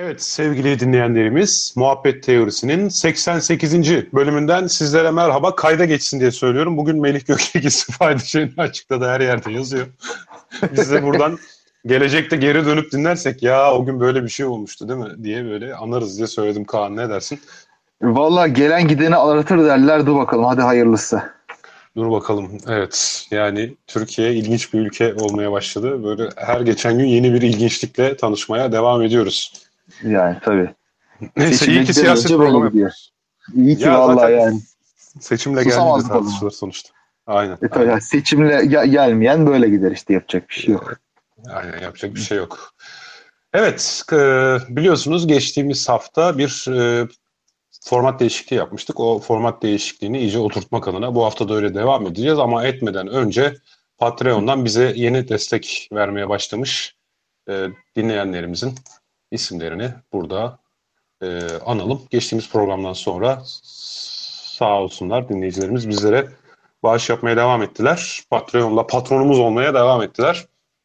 Evet sevgili dinleyenlerimiz Muhabbet Teorisi'nin 88. bölümünden sizlere merhaba. Kayda geçsin diye söylüyorum. Bugün Melih Gökçek istifa edeceğini açıkladı, her yerde yazıyor. Biz de buradan gelecekte geri dönüp dinlersek ya o gün böyle bir şey olmuştu değil mi diye böyle anarız diye söyledim. Kaan, ne dersin? Valla gelen gideni aratır derler. Dur bakalım, hadi hayırlısı. Dur bakalım. Evet, yani Türkiye ilginç bir ülke olmaya başladı. Böyle her geçen gün yeni bir ilginçlikle tanışmaya devam ediyoruz. Yani tabii. Neyse, iyi Seçimle ki giden siyaset önce böyle programı gidiyor. yapıyoruz. İyi ki Ya vallahi zaten yani. seçimle geldiği de Susamazdık o zaman. tartışılır sonuçta. Aynen, Tabii aynen. yani seçimle gelmeyen böyle gider işte, yapacak bir şey yok. Aynen, yapacak bir şey yok. Evet, biliyorsunuz geçtiğimiz hafta bir format değişikliği yapmıştık. O format değişikliğini iyice oturtmak adına bu hafta da öyle devam edeceğiz. Ama etmeden önce Patreon'dan bize yeni destek vermeye başlamış dinleyenlerimizin isimlerini burada analım. Geçtiğimiz programdan sonra sağ olsunlar dinleyicilerimiz bizlere bağış yapmaya devam ettiler. Patreon'la patronumuz olmaya devam ettiler.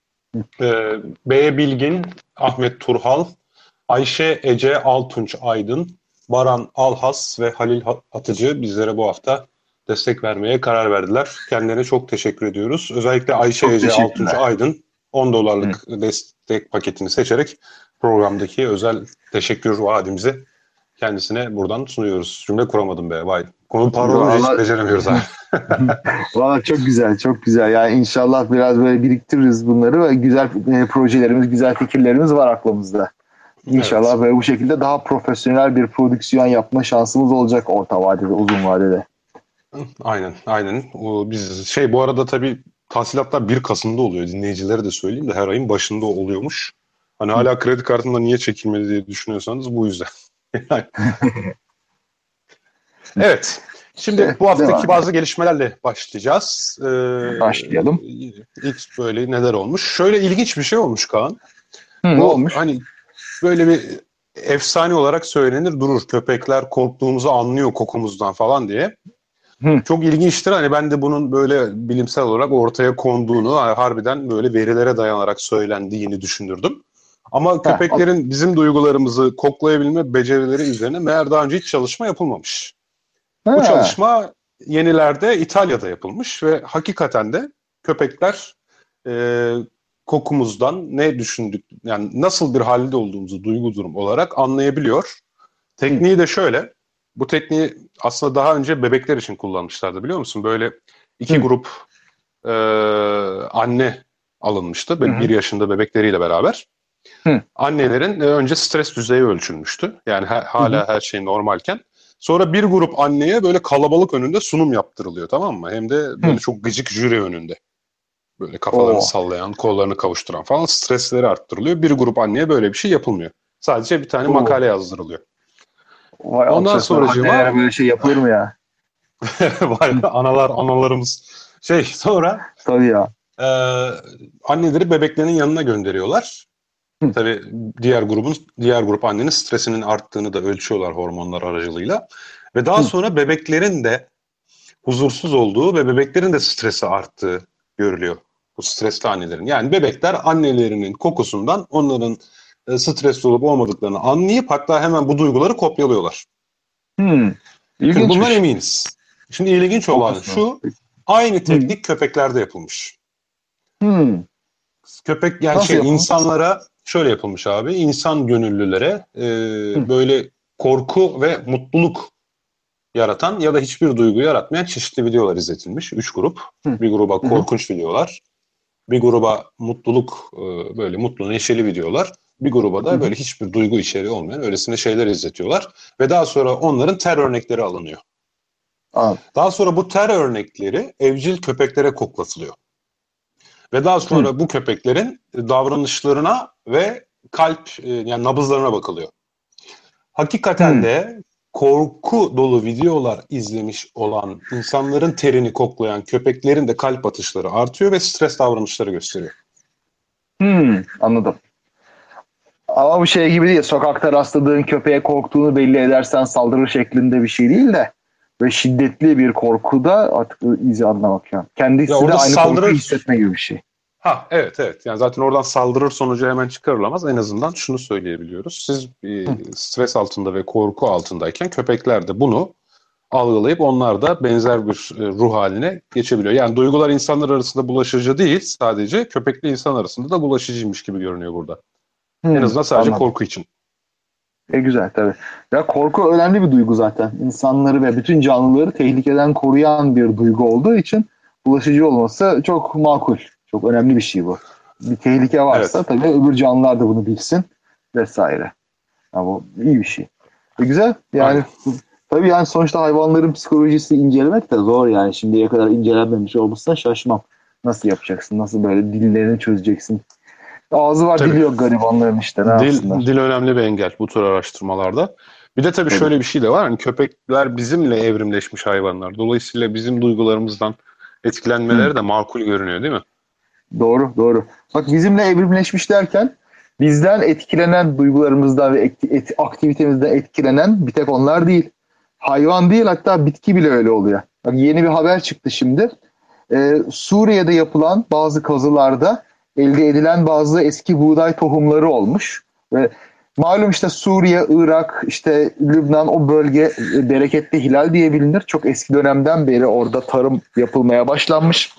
B. Bilgin, Ahmet Turhal, Ayşe Ece Altunç Aydın, Baran Alhas ve Halil Atıcı bizlere bu hafta destek vermeye karar verdiler. Kendilerine çok teşekkür ediyoruz. Özellikle Ayşe Çok Ece Altunç teşekkürler. Aydın 10 Hı. dolarlık destek paketini seçerek programdaki özel teşekkür vaadimizi kendisine buradan sunuyoruz. Cümle kuramadım be, vay. Konu para olunca hiç Valla beceremiyoruz abi. valla çok güzel, çok güzel. Yani inşallah biraz böyle biriktiririz bunları ve güzel projelerimiz, güzel fikirlerimiz var aklımızda. Evet. İnşallah böyle bu şekilde daha profesyonel bir prodüksiyon yapma şansımız olacak orta vadede, uzun vadede. Aynen, aynen. Biz bu arada tabii tahsilatlar 1 Kasım'da oluyor. Dinleyicilere de söyleyeyim de her ayın başında oluyormuş. Hani Hı. hala kredi kartında niye çekilmedi diye düşünüyorsanız bu yüzden. Evet. Şimdi bu haftaki Devam bazı gelişmelerle başlayacağız. başlayalım. İlk böyle neler olmuş? Şöyle ilginç bir şey olmuş Kaan. Hı, ne Bu olmuş? hani böyle bir efsane olarak söylenir durur. Köpekler korktuğumuzu anlıyor kokumuzdan falan diye. Hı. Çok ilginçtir. Hani ben de bunun böyle bilimsel olarak ortaya konduğunu, harbiden böyle verilere dayanarak söylendiğini düşünürdüm. Ama Ha, köpeklerin bizim duygularımızı koklayabilme becerileri üzerine meğer daha önce hiç çalışma yapılmamış. Bu ha. çalışma yenilerde İtalya'da yapılmış ve hakikaten de köpekler e, kokumuzdan ne düşündük, yani nasıl bir halde olduğumuzu duygu durum olarak anlayabiliyor. Hı, Tekniği de şöyle. Bu tekniği aslında daha önce bebekler için kullanmışlardı, biliyor musun? Böyle iki hı, grup e, anne alınmıştı. hı, Böyle bir hı, yaşında bebekleriyle beraber. hı, Annelerin önce stres düzeyi ölçülmüştü. Yani hı, hı, hala her şey normalken. Sonra bir grup anneye böyle kalabalık önünde sunum yaptırılıyor, tamam mı? Hem de böyle hı. çok gıcık jüri önünde. Böyle kafalarını Oo. sallayan, kollarını kavuşturan falan, stresleri arttırılıyor. Bir grup anneye böyle bir şey yapılmıyor. Sadece bir tane Oo. makale yazdırılıyor. Vay Ondan alçaklar. Annelere sonracığıma böyle şey yapılır mı ya? vay Hı, be, analarımız. Sonra tabii ya. e, anneleri bebeklerinin yanına gönderiyorlar. Hı, Tabii diğer grup annenin stresinin arttığını da ölçüyorlar hormonlar aracılığıyla. Ve daha hı, sonra bebeklerin de huzursuz olduğu ve bebeklerin de stresi arttığı görülüyor. Bu stresli annelerin. Yani bebekler annelerinin kokusundan onların stresli olup olmadıklarını anlayıp hatta hemen bu duyguları kopyalıyorlar. hı. Şimdi bundan İlginçmiş. eminiz. Şimdi ilginç olan Kokusunu. şu, aynı Hı, teknik köpeklerde yapılmış. hı. Köpek, yani Nasıl yapılmış? insanlara şöyle yapılmış abi. İnsan gönüllülere Hı, böyle korku ve mutluluk yaratan ya da hiçbir duygu yaratmayan çeşitli videolar izletilmiş. 3 grup. hı, Bir gruba hı, hı, korkunç videolar. Bir gruba mutluluk, böyle mutlu neşeli videolar. Bir gruba hı, da hı. böyle hiçbir duygu içeriği olmayan öylesine şeyler izletiyorlar. Ve daha sonra onların ter örnekleri alınıyor. Anladım. Daha sonra bu ter örnekleri evcil köpeklere koklatılıyor. Ve daha Hı, sonra bu köpeklerin davranışlarına ve kalp, yani nabızlarına bakılıyor. Hakikaten hı. de korku dolu videolar izlemiş olan insanların terini koklayan köpeklerin de kalp atışları artıyor ve stres davranışları gösteriyor. Hı. Anladım. Ama bu şey gibi değil. Sokakta rastladığın köpeğe korktuğunu belli edersen saldırır şeklinde bir şey değil de ve şiddetli bir korkuda artık izi anlamak yani. Ya Kendisi de orada aynı korkuyu saldırı hissetme gibi bir şey. Ha, evet, evet. Yani zaten oradan saldırır sonucu hemen çıkarılamaz. En azından şunu söyleyebiliyoruz. Siz Hı. stres altında ve korku altındayken köpekler de bunu algılayıp onlar da benzer bir ruh haline geçebiliyor. Yani duygular insanlar arasında bulaşıcı değil, sadece köpekle insan arasında da bulaşıcıymış gibi görünüyor burada. En azından sadece Anladım. korku için. Güzel tabii. Ya korku önemli bir duygu zaten. İnsanları ve bütün canlıları tehlikeden koruyan bir duygu olduğu için bulaşıcı olması çok makul. Çok önemli bir şey bu. Bir tehlike varsa Evet, tabii öbür canlılar da bunu bilsin vesaire. Ya bu iyi bir şey. Güzel. Yani aynen. tabii yani sonuçta hayvanların psikolojisi incelemek de zor yani. Şimdiye kadar incelenmemiş olmasına şaşmam. Nasıl yapacaksın? Nasıl böyle dillerini çözeceksin? Ağzı var Tabii. dili yok garibanların işte ne yapsınlar? Dil önemli bir engel bu tür araştırmalarda. Bir de tabii Tabii. şöyle bir şey de var. Hani köpekler bizimle evrimleşmiş hayvanlar. Dolayısıyla bizim duygularımızdan Hı. etkilenmeleri de makul görünüyor, değil mi? Doğru, doğru. Bak bizimle evrimleşmiş derken bizden etkilenen duygularımızdan ve aktivitemizden etkilenen bir tek onlar değil. Hayvan değil hatta bitki bile öyle oluyor. Bak yeni bir haber çıktı şimdi. Suriye'de yapılan bazı kazılarda elde edilen bazı eski buğday tohumları olmuş. Ve malum işte Suriye, Irak, işte Lübnan o bölge bereketli hilal diye bilinir. Çok eski dönemden beri orada tarım yapılmaya başlanmış.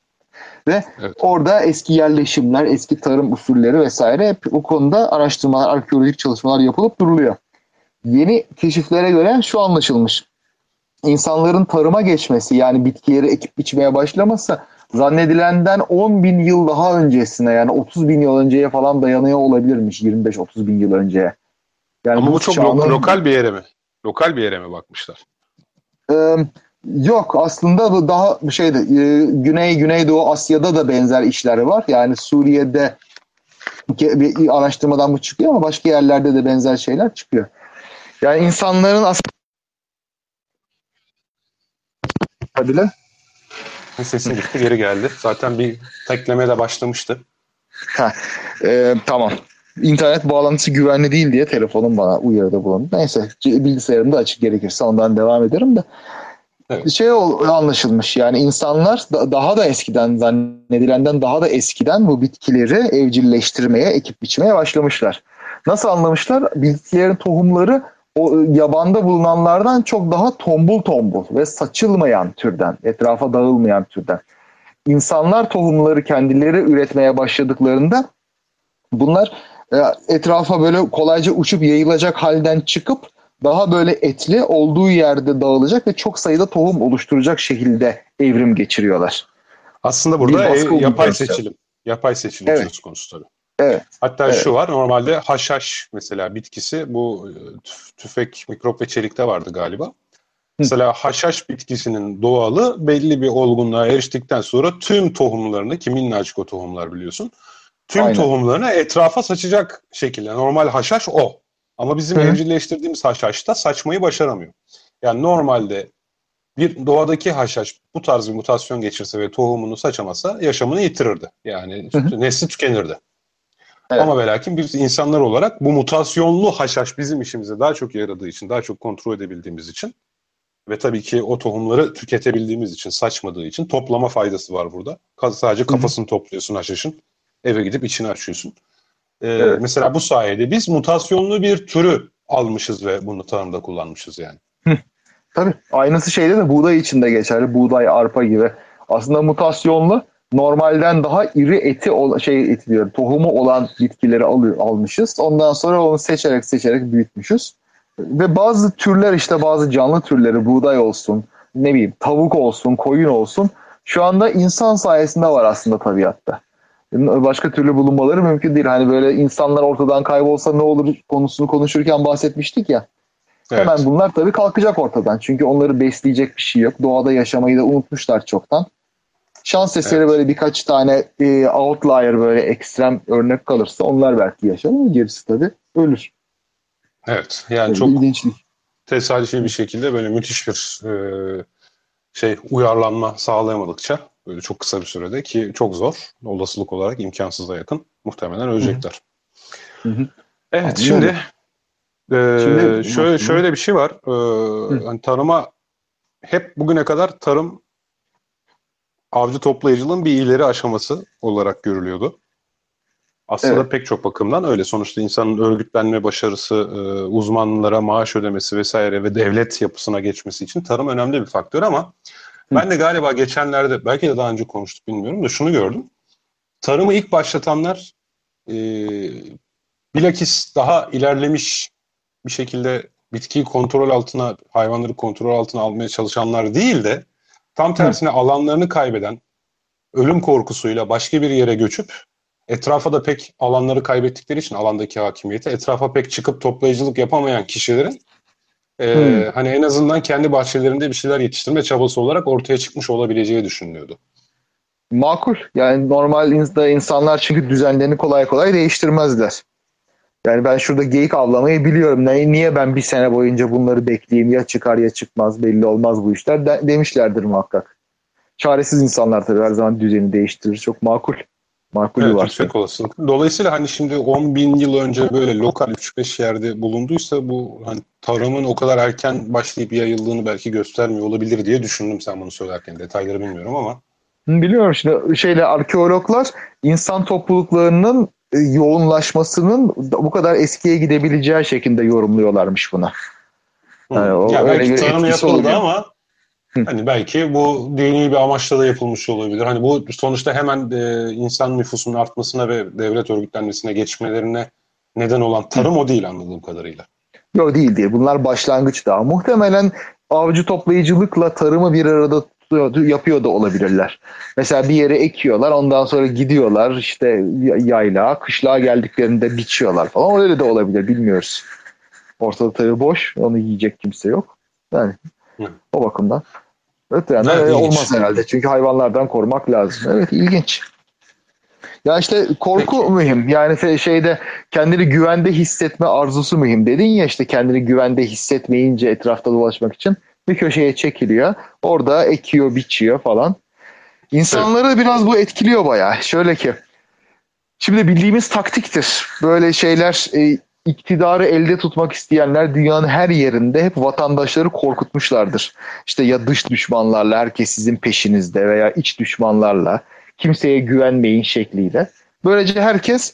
Ve Evet. orada eski yerleşimler, eski tarım usulleri vesaire hep bu konuda araştırmalar, arkeolojik çalışmalar yapılıp duruluyor. Yeni keşiflere göre şu anlaşılmış. İnsanların tarıma geçmesi yani bitkileri ekip biçmeye başlaması zannedilenden 10 bin yıl daha öncesine yani 30 bin yıl önceye falan dayanıyor olabilirmiş 25-30 bin yıl önceye. Yani Ama bu buz çok çağının lokal bir yere mi? Lokal bir yere mi bakmışlar? e, yok aslında bu daha şeyde Güneydoğu Asya'da da benzer işler var. Yani Suriye'de bir araştırmadan bu çıkıyor ama başka yerlerde de benzer şeyler çıkıyor. Yani insanların aslında bile Sesin gitti, geri geldi. Zaten bir tekleme de başlamıştı. ha, tamam. İnternet bağlantısı güvenli değil diye telefonum bana uyarıda bulundu. Neyse bilgisayarım da açık gerekirse ondan devam ederim de. Evet. Anlaşılmış yani insanlar daha da eskiden zannedilenden daha da eskiden bu bitkileri evcilleştirmeye, ekip biçmeye başlamışlar. Nasıl anlamışlar? Bitkilerin tohumları o yabanda bulunanlardan çok daha tombul tombul ve saçılmayan türden, etrafa dağılmayan türden. İnsanlar tohumları kendileri üretmeye başladıklarında bunlar e, etrafa böyle kolayca uçup yayılacak halden çıkıp daha böyle etli olduğu yerde dağılacak ve çok sayıda tohum oluşturacak şekilde evrim geçiriyorlar. Aslında Bir burada baskı yapay uygulamışlar. seçilim. Yapay seçilim Evet, söz konusu tabii. evet, Hatta şu evet. var, normalde haşhaş mesela bitkisi, bu tüfek, mikrop ve çelikte vardı galiba. Hı, Mesela haşhaş bitkisinin doğalı belli bir olgunluğa eriştikten sonra tüm tohumlarını, ki minnacık o tohumlar biliyorsun, tüm aynen. tohumlarını etrafa saçacak şekilde. Normal haşhaş o. Ama bizim Hı, evcilleştirdiğimiz haşhaş da saçmayı başaramıyor. Yani normalde bir doğadaki haşhaş bu tarz bir mutasyon geçirse ve tohumunu saçamasa yaşamını yitirirdi. Yani hı, hı. nesli tükenirdi. Evet. Ama ve lakin biz insanlar olarak bu mutasyonlu haşhaş bizim işimize daha çok yaradığı için, daha çok kontrol edebildiğimiz için ve tabii ki o tohumları tüketebildiğimiz için, saçmadığı için toplama faydası var burada. Sadece Hı, hı. kafasını topluyorsun haşhaşın, eve gidip içini açıyorsun. Evet. Mesela bu sayede biz mutasyonlu bir türü almışız ve bunu tarımda kullanmışız yani. Hı. Tabii. Aynısı şeyde de buğday için de geçerli. Buğday, arpa gibi. Aslında mutasyonlu normalden daha iri eti diyor, tohumu olan bitkileri almışız. Ondan sonra onu seçerek büyütmüşüz. Ve bazı türler işte bazı canlı türleri buğday olsun, ne bileyim tavuk olsun, koyun olsun şu anda insan sayesinde var aslında tabiatta. Başka türlü bulunmaları mümkün değil. Hani böyle insanlar ortadan kaybolsa ne olur konusunu konuşurken bahsetmiştik ya. Hemen Evet, bunlar tabii kalkacak ortadan. Çünkü onları besleyecek bir şey yok. Doğada yaşamayı da unutmuşlar çoktan. Şans eseri evet, böyle birkaç tane outlier böyle ekstrem örnek kalırsa onlar belki yaşar ama gerisi tabii ölür. evet. Yani Böyle bir çok ilginçlik. tesadüfi bir şekilde böyle müthiş bir uyarlanma sağlayamadıkça böyle çok kısa bir sürede, ki çok zor, olasılık olarak imkansıza yakın, muhtemelen Hı hı, ölecekler. hı hı. Evet, Aynen öyle. şimdi Şimdi şöyle bir şey var. hı, Hani tarıma hep bugüne kadar tarım avcı toplayıcılığın bir ileri aşaması olarak görülüyordu. Aslında Evet. pek çok bakımdan öyle. Sonuçta insanın örgütlenme başarısı, uzmanlara maaş ödemesi vesaire ve devlet yapısına geçmesi için tarım önemli bir faktör ama Hı. ben de galiba geçenlerde, belki de daha önce konuştuk bilmiyorum da şunu gördüm. Tarımı ilk başlatanlar e, bilakis daha ilerlemiş bir şekilde bitkiyi kontrol altına, hayvanları kontrol altına almaya çalışanlar değil de tam Hı. tersine alanlarını kaybeden, ölüm korkusuyla başka bir yere göçüp etrafa da pek alanları kaybettikleri için alandaki hakimiyeti etrafa pek çıkıp toplayıcılık yapamayan kişilerin Hı. hani en azından kendi bahçelerinde bir şeyler yetiştirme çabası olarak ortaya çıkmış olabileceği düşünülüyordu. Makul. Yani normal insanlar çünkü düzenlerini kolay kolay değiştirmezler. Yani ben şurada geyik avlamayı biliyorum. Niye ben bir sene boyunca bunları bekleyeyim? Ya çıkar ya çıkmaz, belli olmaz bu işler demişlerdir muhakkak. Çaresiz insanlar tabii her zaman düzeni değiştirir. Çok makul. Makul bir Evet, varsayım. yüksek olasılık. Dolayısıyla hani şimdi 10 bin yıl önce böyle lokal 3-5 yerde bulunduysa bu hani tarımın o kadar erken başlayıp yayıldığını belki göstermiyor olabilir diye düşündüm sen bunu söylerken. Detayları bilmiyorum ama. Biliyorum şimdi arkeologlar insan topluluklarının yoğunlaşmasının bu kadar eskiye gidebileceği şekilde yorumluyorlarmış buna. Yani Ya öyle belki bir tarım etkisi yapıldı oluyor. ama Hı. hani belki bu dini bir amaçla da yapılmış olabilir. Hani bu sonuçta hemen insan nüfusunun artmasına ve devlet örgütlenmesine geçmelerine neden olan Hı. tarım o değil anladığım kadarıyla. Yok değil diye. Bunlar başlangıç daha. Muhtemelen avcı toplayıcılıkla tarımı bir arada yapıyor da olabilirler. Mesela bir yere ekiyorlar, ondan sonra gidiyorlar işte yaylağa, kışlığa geldiklerinde biçiyorlar falan. Öyle de olabilir, bilmiyoruz. Ortada tabii boş, onu yiyecek kimse yok. Yani Hı. o bakımdan. Öte yandan Evet, öyle olmaz ilginç. herhalde. Çünkü hayvanlardan korumak lazım. Evet, ilginç. Ya işte korku Peki. mühim. Yani şeyde kendini güvende hissetme arzusu mühim. Dedin ya işte kendini güvende hissetmeyince etrafta dolaşmak için bir köşeye çekiliyor. Orada ekiyor, biçiyor falan. Evet. İnsanları biraz bu etkiliyor bayağı. Şöyle ki şimdi bildiğimiz taktiktir. Böyle şeyler iktidarı elde tutmak isteyenler dünyanın her yerinde hep vatandaşları korkutmuşlardır. İşte ya dış düşmanlarla herkes sizin peşinizde veya iç düşmanlarla kimseye güvenmeyin şekliyle. Böylece herkes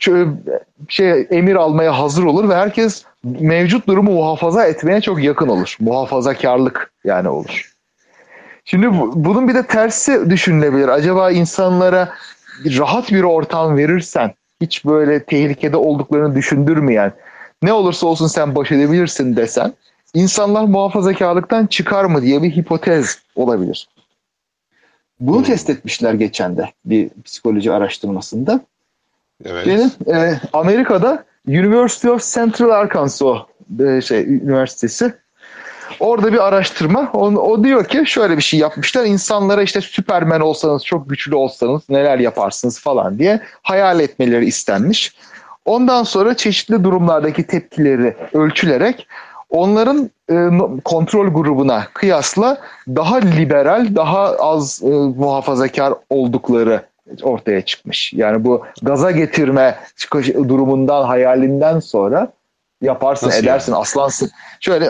emir almaya hazır olur ve herkes mevcut durumu muhafaza etmeye çok yakın olur. Muhafazakarlık yani olur. Şimdi Evet. bunun bir de tersi düşünülebilir. Acaba insanlara rahat bir ortam verirsen, hiç böyle tehlikede olduklarını düşündürmeyen, ne olursa olsun sen baş edebilirsin desen, insanlar muhafazakarlıktan çıkar mı diye bir hipotez olabilir. Bunu test Hmm. etmişler geçen de bir psikoloji araştırmasında. Evet. Amerika'da University of Central Arkansas üniversitesi. Orada bir araştırma. O diyor ki şöyle bir şey yapmışlar. İnsanlara işte Süpermen olsanız, çok güçlü olsanız neler yaparsınız falan diye hayal etmeleri istenmiş. Ondan sonra çeşitli durumlardaki tepkileri ölçülerek onların kontrol grubuna kıyasla daha liberal, daha az muhafazakar oldukları ortaya çıkmış. Yani bu gaza getirme durumundan, hayalinden sonra yaparsın, Nasıl edersin, yani? aslansın. Şöyle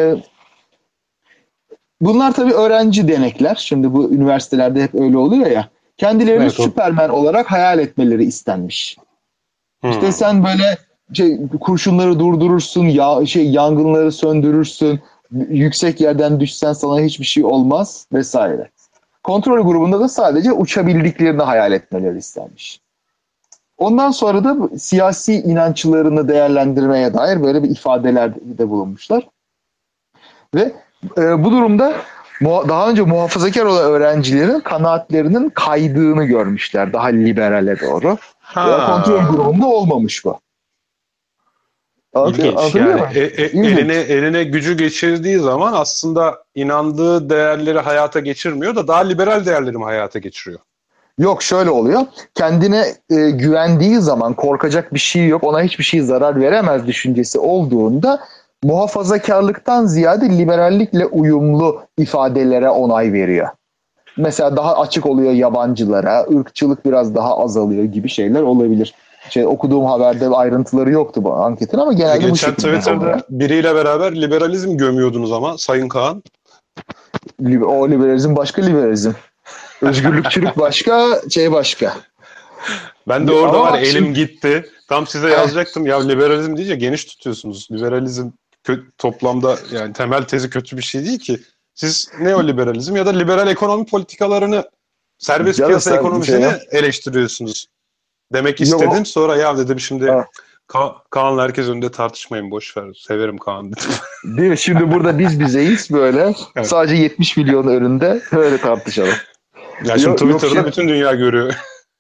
bunlar tabii öğrenci denekler. Şimdi bu üniversitelerde hep öyle oluyor ya. Kendilerini Evet o. Süpermen olarak hayal etmeleri istenmiş. İşte Hmm. sen böyle kurşunları durdurursun, yangınları söndürürsün, yüksek yerden düşsen sana hiçbir şey olmaz vesaire. Kontrol grubunda da sadece uçabildiklerini hayal etmeleri istenmiş. Ondan sonra da siyasi inançlarını değerlendirmeye dair böyle bir ifadelerde bulunmuşlar. Ve bu durumda daha önce muhafazakar olan öğrencilerin kanaatlerinin kaydığını görmüşler daha liberale doğru. Kontrol Ha. grubunda olmamış bu. İlginç. Anlatabiliyor Yani muyum? eline İlginç. eline gücü geçirdiği zaman aslında inandığı değerleri hayata geçirmiyor da daha liberal değerleri mi hayata geçiriyor? Yok şöyle oluyor. Kendine güvendiği zaman korkacak bir şey yok. Ona hiçbir şey zarar veremez düşüncesi olduğunda muhafazakarlıktan ziyade liberallikle uyumlu ifadelere onay veriyor. Mesela daha açık oluyor yabancılara, ırkçılık biraz daha azalıyor gibi şeyler olabilir. Okuduğum haberde ayrıntıları yoktu bu anketin ama genelde bu Geçen şekilde oluyor. Twitter'da biriyle beraber liberalizm gömüyordunuz ama Sayın Kaan. O liberalizm başka liberalizm. Özgürlükçülük başka, şey başka. Ben de orada Ama var bak elim şimdi, gitti. Tam size yazacaktım ya liberalizm deyince geniş tutuyorsunuz. Liberalizm toplamda yani temel tezi kötü bir şey değil ki. Siz neoliberalizm ya da liberal ekonomi politikalarını serbest canım piyasa sen şey ekonomisini ya. eleştiriyorsunuz. Demek Yok istedim. Sonra ya dedim şimdi ha, Kaan'la herkes önünde tartışmayın boş ver. Severim Kaan dedim. değil mi? Şimdi burada biz bizeyiz böyle. Evet. Sadece 70 milyon önünde böyle tartışalım. Ya şimdi Yok şey, Twitter'da bütün dünya görüyor.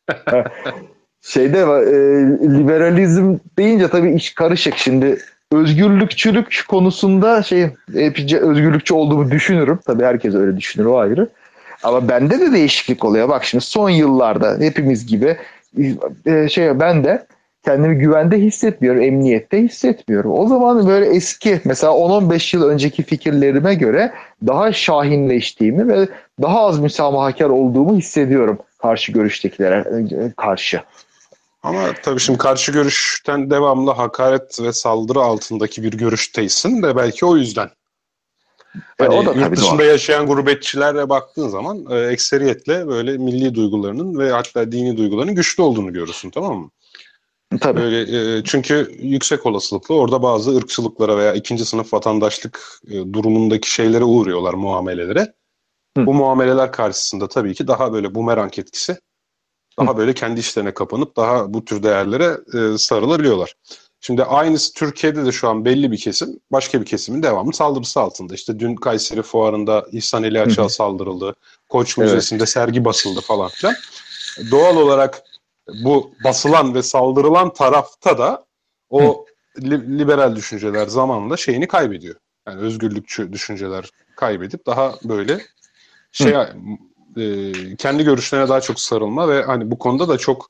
şeyde var, liberalizm deyince tabii iş karışık. Şimdi özgürlükçülük konusunda epeyce özgürlükçü olduğumu düşünürüm. Tabii herkes öyle düşünür, o ayrı. Ama bende de değişiklik oluyor. Bak şimdi son yıllarda hepimiz gibi ben de kendimi güvende hissetmiyorum, emniyette hissetmiyorum. O zaman böyle eski mesela 10-15 yıl önceki fikirlerime göre daha şahinleştiğimi ve daha az müsamahakar olduğumu hissediyorum karşı görüştekilere karşı. Ama tabii şimdi karşı görüşten devamlı hakaret ve saldırı altındaki bir görüşteysin de belki o yüzden. Hani O da yurt tabii doğal. dışında yaşayan gurbetçilere baktığın zaman ekseriyetle böyle milli duygularının ve hatta dini duygularının güçlü olduğunu görürsün, tamam mı? Tabii. Böyle çünkü yüksek olasılıkla orada bazı ırkçılıklara veya ikinci sınıf vatandaşlık durumundaki şeylere uğruyorlar, muamelelere. Hı. Bu muameleler karşısında tabii ki daha böyle bumerang etkisi, Hı. daha böyle kendi işlerine kapanıp daha bu tür değerlere sarılabiliyorlar. Şimdi aynısı Türkiye'de de şu an belli bir kesim başka bir kesimin devamlı saldırısı altında. İşte dün Kayseri Fuarı'nda İhsan Ali Hı. Açık'a saldırıldı. Koç Evet. Müzesi'nde sergi basıldı falan filan. Doğal olarak bu basılan ve saldırılan tarafta da Hı. o liberal düşünceler zamanla şeyini kaybediyor. Yani özgürlükçü düşünceler kaybedip daha böyle Hı. şey kendi görüşlerine daha çok sarılma ve hani bu konuda da çok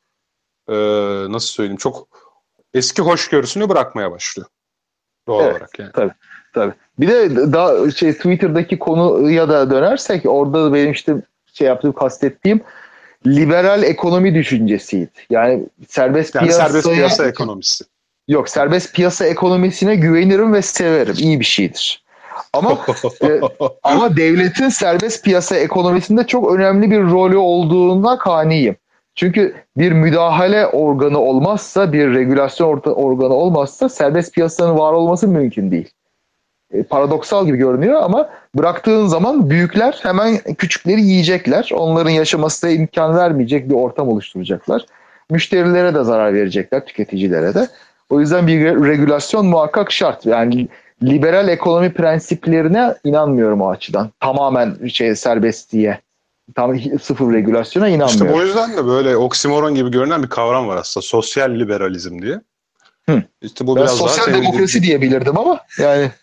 nasıl söyleyeyim çok eski hoşgörüsünü bırakmaya başlıyor doğal Evet. olarak yani. Tabii. Tabii. Bir de daha Twitter'daki konuya da dönersek orada da benim yaptığım, kastettiğim liberal ekonomi düşüncesiydi. Yani serbest Yani serbest piyasaya piyasa ekonomisi. yok, serbest piyasa ekonomisine güvenirim ve severim. İyi bir şeydir. Ama e, ama devletin serbest piyasa ekonomisinde çok önemli bir rolü olduğuna kaniyim. Çünkü bir müdahale organı olmazsa, bir regülasyon organı olmazsa serbest piyasanın var olması mümkün değil. Paradoksal gibi görünüyor ama bıraktığın zaman büyükler hemen küçükleri yiyecekler. Onların yaşamasına imkan vermeyecek bir ortam oluşturacaklar. Müşterilere de zarar verecekler, tüketicilere de. O yüzden bir regülasyon muhakkak şart. Yani liberal ekonomi prensiplerine inanmıyorum o açıdan. Tamamen serbestliğe, tam sıfır regülasyona İşte bu inanmıyorum. yüzden de böyle oksimoron gibi görünen bir kavram var aslında. Sosyal liberalizm diye. Hı. İşte bu Ben biraz daha sosyal senin demokrasi diyebilirdim ama yani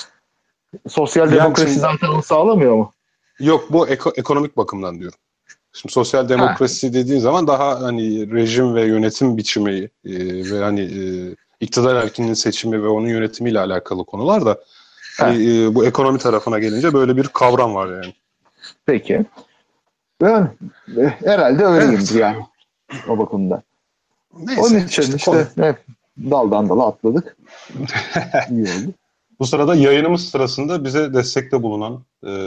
sosyal yani demokrasi şimdi zaten onu sağlamıyor mu? yok bu ekonomik bakımdan diyorum. Şimdi sosyal Ha, demokrasi dediğin zaman daha hani rejim ve yönetim biçimi ve hani iktidar erkinin seçimi ve onun yönetimiyle alakalı konular da ha. hani bu ekonomi tarafına gelince böyle bir kavram var yani. Peki. Ben herhalde öyleyimdir Evet. yani o bakımda. Onun Neyse için işte konu. işte hep daldan dala atladık. İyi oldu. Bu sırada yayınımız sırasında bize destekte bulunan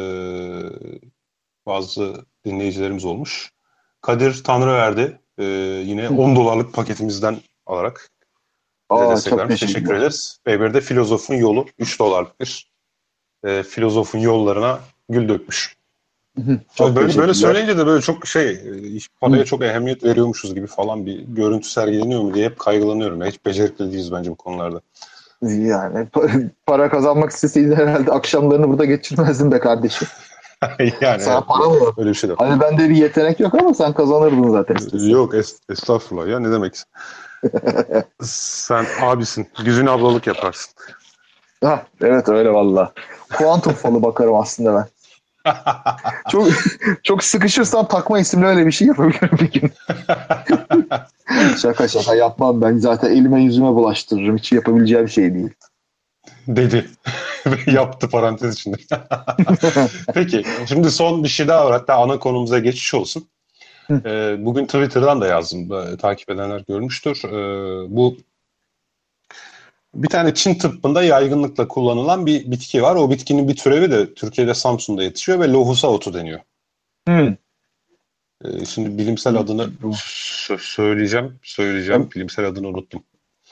bazı dinleyicilerimiz olmuş. Kadir Tanrıverdi yine Hı. 10 dolarlık paketimizden alarak bize Aa, destek çok vermiş. Teşekkür teşekkürler. ederiz. Beyber'de Filozofun Yolu 3 dolarlık bir filozofun yollarına gül dökmüş. Hı. Abi Çok böyle teşekkürler. söyleyince de böyle çok Hı. paraya çok ehemmiyet veriyormuşuz gibi falan bir görüntü sergileniyor mu diye hep kaygılanıyorum. Ya. Hiç becerikli değiliz bence bu konularda. Yani para kazanmak isteseydin herhalde akşamlarını burada geçirmezdin be kardeşim. Yani Sana evet para mı var? öyle bir şey de var. Hani bende bir yetenek yok ama sen kazanırdın zaten istesen. Yok estağfurullah ya ne demek. Sen abisin. Güzün ablalık yaparsın. Ha, evet öyle valla. Kuantum falı bakarım aslında ben. Çok çok sıkışırsam takma isimle öyle bir şey yapabilirim bir gün. Şaka şaka yapmam ben. Zaten elime yüzüme bulaştırırım. Hiç yapabileceğim şey değil. Dedi. Ve yaptı parantez içinde. Peki. Şimdi son bir şey daha var. Hatta ana konumuza geçiş olsun. Bugün Twitter'dan da yazdım. Takip edenler görmüştür. Bu bir tane Çin tıbbında yaygınlıkla kullanılan bir bitki var. O bitkinin bir türevi de Türkiye'de Samsun'da yetişiyor ve lohusa otu deniyor. Hmm. Şimdi bilimsel adını söyleyeceğim. Bilimsel adını unuttum.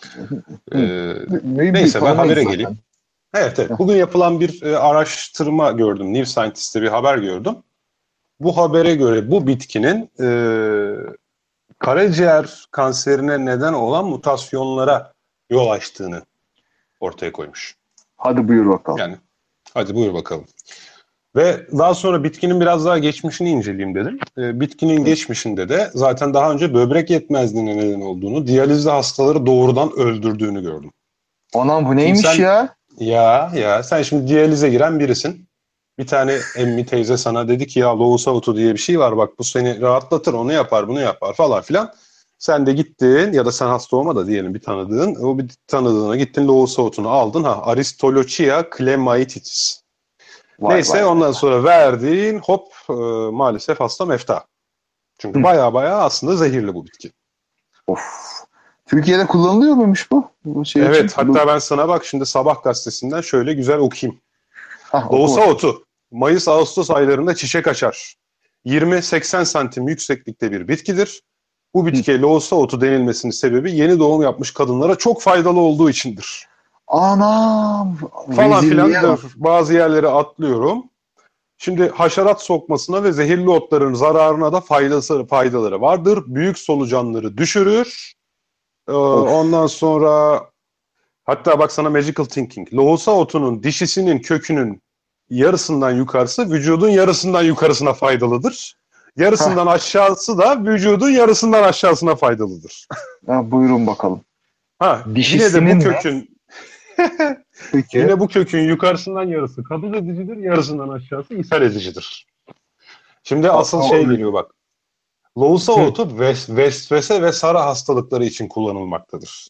Mühim değil, Neyse ben tanımayız habere zaten. geleyim. Evet. Bugün yapılan bir araştırma gördüm. New Scientist'te bir haber gördüm. Bu habere göre bu bitkinin karaciğer kanserine neden olan mutasyonlara yol açtığını ortaya koymuş. Hadi buyur bakalım. Yani hadi buyur bakalım. Ve daha sonra bitkinin biraz daha geçmişini inceleyeyim dedim. Bitkinin geçmişinde de zaten daha önce böbrek yetmezliğine neden olduğunu, diyalizli hastaları doğrudan öldürdüğünü gördüm. Anam bu Şimdi neymiş sen ya? sen şimdi diyalize giren birisin. Bir tane emmi teyze sana dedi ki ya Lohusavutu diye bir şey var, bak bu seni rahatlatır, onu yapar bunu yapar falan filan. Sen de gittin ya da sen hasta olma da diyelim bir tanıdığın, o bir tanıdığına gittin Lohusavutunu aldın. Aristolochia clematitis. Vay Neyse vay vay. ondan sonra verdiğin hop maalesef hasta mefta. Çünkü baya baya aslında zehirli bu bitki. Of. Türkiye'de kullanılıyor muymuş bu? Bu şey Evet, için. hatta ben sana bak şimdi Sabah gazetesinden şöyle güzel okuyayım. Oku Lohusa bakayım. otu Mayıs-Ağustos aylarında çiçek açar. 20-80 santim yükseklikte bir bitkidir. Bu bitkiye lohusa otu denilmesinin sebebi yeni doğum yapmış kadınlara çok faydalı olduğu içindir. Anam. Falan Rezilliğe filan bak. bazı yerlere atlıyorum. Şimdi haşerat sokmasına ve zehirli otların zararına da faydaları vardır. Büyük solucanları düşürür. Of. Ondan sonra hatta bak sana magical thinking. Lohusa otunun dişisinin kökünün yarısından yukarısı vücudun yarısından yukarısına faydalıdır. Heh. Yarısından aşağısı da vücudun yarısından aşağısına faydalıdır. Buyurun bakalım. Yine de bu Dişisinin ne? kökün Peki. yukarısından yarısı kabul edicidir, yarısından aşağısı ishal edicidir. Şimdi A- asıl a- şey geliyor bak. Lohusa Hı. otu vesvese ve sara hastalıkları için kullanılmaktadır.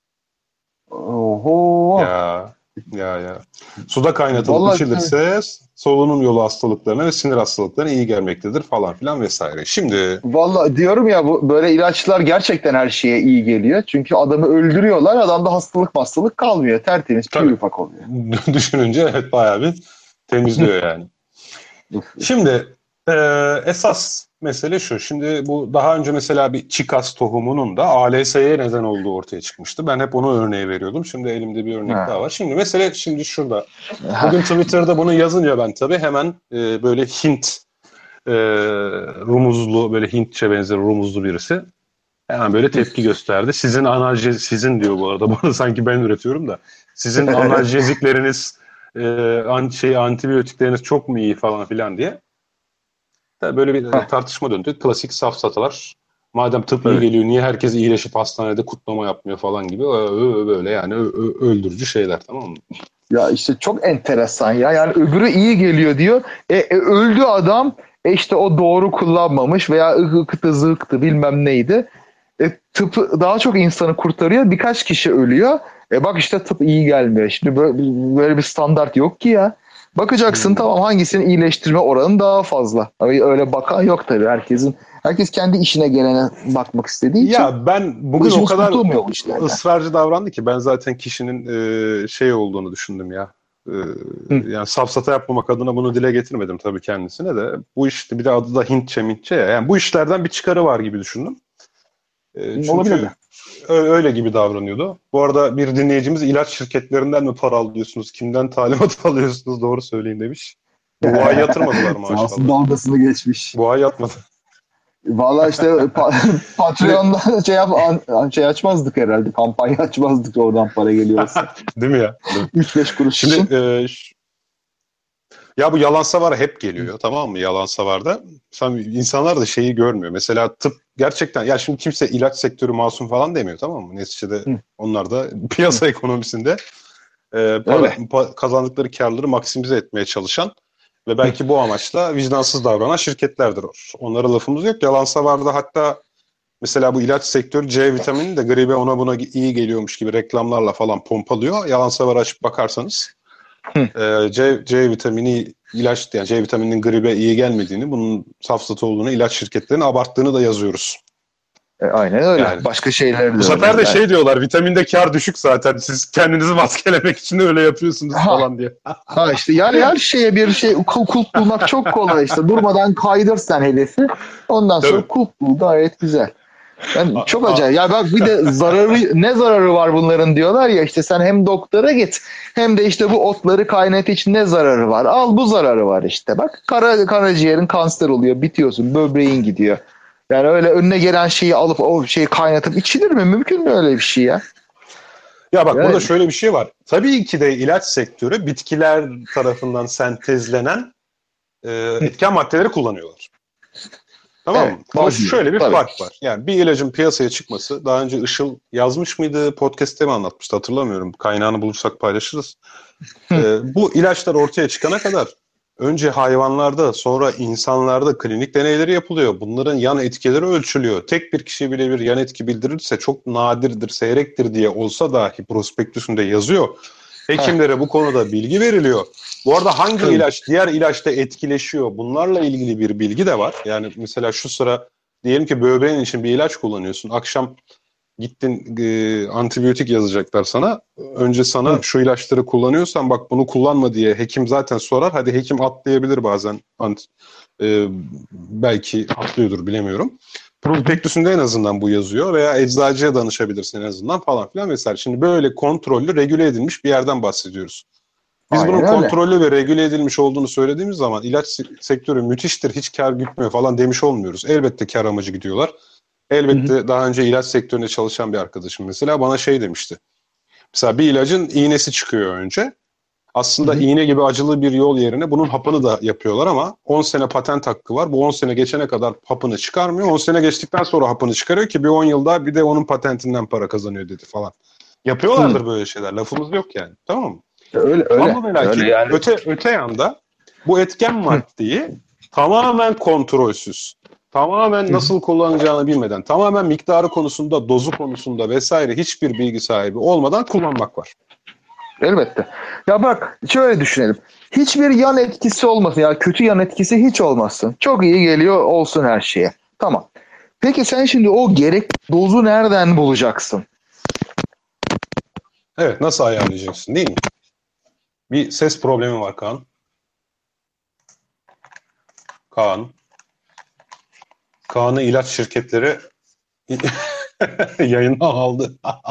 Oho. Ya ya. Suda kaynatılıp Vallahi içilirse solunum yolu hastalıklarına ve sinir hastalıklarına iyi gelmektedir falan filan vesaire. Şimdi Vallahi diyorum ya, bu böyle ilaçlar gerçekten her şeye iyi geliyor. Çünkü adamı öldürüyorlar. Adamda hastalık kalmıyor. Tertemiz, pür tabii ufak oluyor. düşününce evet bayağı bir temizliyor yani. Şimdi esas mesele şu. Şimdi bu daha önce mesela bir çikas tohumunun da ALS'ye neden olduğu ortaya çıkmıştı. Ben hep onu örneği veriyordum. Şimdi elimde bir örnek daha Ha. var. Şimdi mesele şurada. Ha. Bugün Twitter'da bunu yazınca ben tabii hemen böyle Hint rumuzlu, böyle Hintçe benzer rumuzlu birisi hemen böyle tepki gösterdi. Sizin diyor bu arada. Bana sanki ben üretiyorum da. Sizin analjezikleriniz antibiyotikleriniz çok mu iyi falan filan diye. Tabii böyle bir Ha. tartışma döndü. Klasik safsatalar. Madem tıp iyi Evet. geliyor niye herkes iyileşip hastanede kutlama yapmıyor falan gibi böyle yani öldürücü şeyler, tamam mı? Ya işte çok enteresan ya. Yani öbürü iyi geliyor diyor. Öldü adam. İşte o doğru kullanmamış veya ıhıktı zıhtı bilmem neydi. Tıp daha çok insanı kurtarıyor. Birkaç kişi ölüyor. Bak işte tıp iyi gelmiyor. Şimdi böyle bir standart yok ki ya. Bakacaksın, Hmm. tamam, hangisinin iyileştirme oranı daha fazla. Öyle bakan yok tabii. Herkes kendi işine gelene bakmak istediği için Ya ben bugün o başımız kadar kurtulmuyor bu işlerden. ısrarcı davrandı ki ben zaten kişinin şey olduğunu düşündüm ya. E, Hı. Yani safsata yapmamak adına bunu dile getirmedim tabii kendisine de. Bu işte bir de adı da Hintçe ya. Yani bu işlerden bir çıkarı var gibi düşündüm. Olabilir Çünkü mi? öyle gibi davranıyordu. Bu arada bir dinleyicimiz ilaç şirketlerinden mi para alıyorsunuz, kimden talimat alıyorsunuz doğru söyleyin demiş. Bu ay yatırmadılar Sağ olsun, maşallah. dalgasını geçmiş. Bu ay yatmadı. Valla işte Şimdi Patreon'dan şey açmazdık herhalde. Kampanya açmazdık oradan para geliyorsa. değil mi ya? Değil mi? 3-5 kuruş için. Şimdi ya bu yalan savar hep geliyor, tamam mı? Yalan savarda. İnsanlar da şeyi görmüyor. Mesela tıp gerçekten ya şimdi kimse ilaç sektörü masum falan demiyor, tamam mı? Neticede Hı. onlar da piyasa ekonomisinde Öyle. kazandıkları karları maksimize etmeye çalışan ve Hı. belki bu amaçla vicdansız davranan şirketlerdir. Onlara lafımız yok. Yalan savarda hatta mesela bu ilaç sektörü C vitamini de gribe ona buna iyi geliyormuş gibi reklamlarla falan pompalıyor. Yalan savar açıp bakarsanız Hı. C vitamini ilaç, yani C vitamininin gribe iyi gelmediğini, bunun safsata olduğunu, ilaç şirketlerinin abarttığını da yazıyoruz. Aynen öyle. Yani Başka şeyler de bu sefer öyle. de şey diyorlar, vitaminde kar düşük zaten. Siz kendinizi maskelemek için öyle yapıyorsunuz Ha, falan diye. ha işte yani her şeye bir şey kulp bulmak çok kolay işte. Durmadan kaydır sen hedefi. Ondan sonra Tabii. kulp bul, gayet güzel. Yani A- çok a- acayip. Ya bak bir de ne zararı var bunların diyorlar ya, işte sen hem doktora git hem de işte bu otları kaynat, için ne zararı var? Al, bu zararı var işte. Bak karaciğerin kanser oluyor, bitiyorsun, böbreğin gidiyor. Yani öyle önüne gelen şeyi alıp o şeyi kaynatıp içilir mi? Mümkün mü öyle bir şey ya? Ya bak, burada Yani, şöyle bir şey var. Tabii ki de ilaç sektörü bitkiler tarafından sentezlenen etken maddeleri kullanıyorlar. Tamam evet, mı? Ama bazıları şöyle bir tabii. fark var. Yani bir ilacın piyasaya çıkması, daha önce Işıl yazmış mıydı, podcast'te mi anlatmıştı hatırlamıyorum. Kaynağını bulursak paylaşırız. Bu ilaçlar ortaya çıkana kadar önce hayvanlarda, sonra insanlarda klinik deneyleri yapılıyor. Bunların yan etkileri ölçülüyor. Tek bir kişi bile bir yan etki bildirirse çok nadirdir, seyrektir diye olsa dahi prospektüsünde yazıyor. Heh, Hekimlere bu konuda bilgi veriliyor. Bu arada hangi tabii. ilaç diğer ilaçta etkileşiyor? Bunlarla ilgili bir bilgi de var. Yani mesela şu sıra diyelim ki böbreğin için bir ilaç kullanıyorsun. Akşam gittin, antibiyotik yazacaklar sana. Önce sana Hı. şu ilaçları kullanıyorsan bak bunu kullanma diye hekim zaten sorar. Hadi hekim atlayabilir bazen. Belki atlıyordur, bilemiyorum. Hı hı. Prospektüsünde en azından bu yazıyor veya eczacıya danışabilirsin en azından falan filan vesaire. Şimdi böyle kontrollü, regüle edilmiş bir yerden bahsediyoruz. Biz bunun Aynen öyle. kontrollü ve regüle edilmiş olduğunu söylediğimiz zaman ilaç sektörü müthiştir, hiç kar gütmüyor falan demiş olmuyoruz. Elbette kar amacı gidiyorlar. Hı hı. Elbette daha önce ilaç sektöründe çalışan bir arkadaşım mesela bana şey demişti. Mesela bir ilacın iğnesi çıkıyor önce. Hı Aslında hı. iğne gibi acılı bir yol yerine bunun hapını da yapıyorlar ama 10 sene patent hakkı var. Bu 10 sene geçene kadar hapını çıkarmıyor. 10 sene geçtikten sonra hapını çıkarıyor ki bir 10 yılda bir de onun patentinden para kazanıyor dedi falan. Hı. Yapıyorlardır böyle şeyler. Lafımız yok yani. Tamam mı? Öyle öyle. Ama ve Öyle lakin yani. öte yanda bu etken Hı. maddeyi tamamen kontrolsüz, tamamen Hı hı. nasıl kullanacağını bilmeden, tamamen miktarı konusunda, dozu konusunda vesaire hiçbir bilgi sahibi olmadan kullanmak var. Elbette. Ya bak şöyle düşünelim. Hiçbir yan etkisi olmasın. Ya kötü yan etkisi hiç olmasın. Çok iyi geliyor olsun her şeye. Tamam. Peki sen şimdi o gerek dozu nereden bulacaksın? Evet, nasıl ayarlayacaksın değil mi? Bir ses problemi var Kaan. Kaan. Kaan'ı ilaç şirketleri yayına aldı.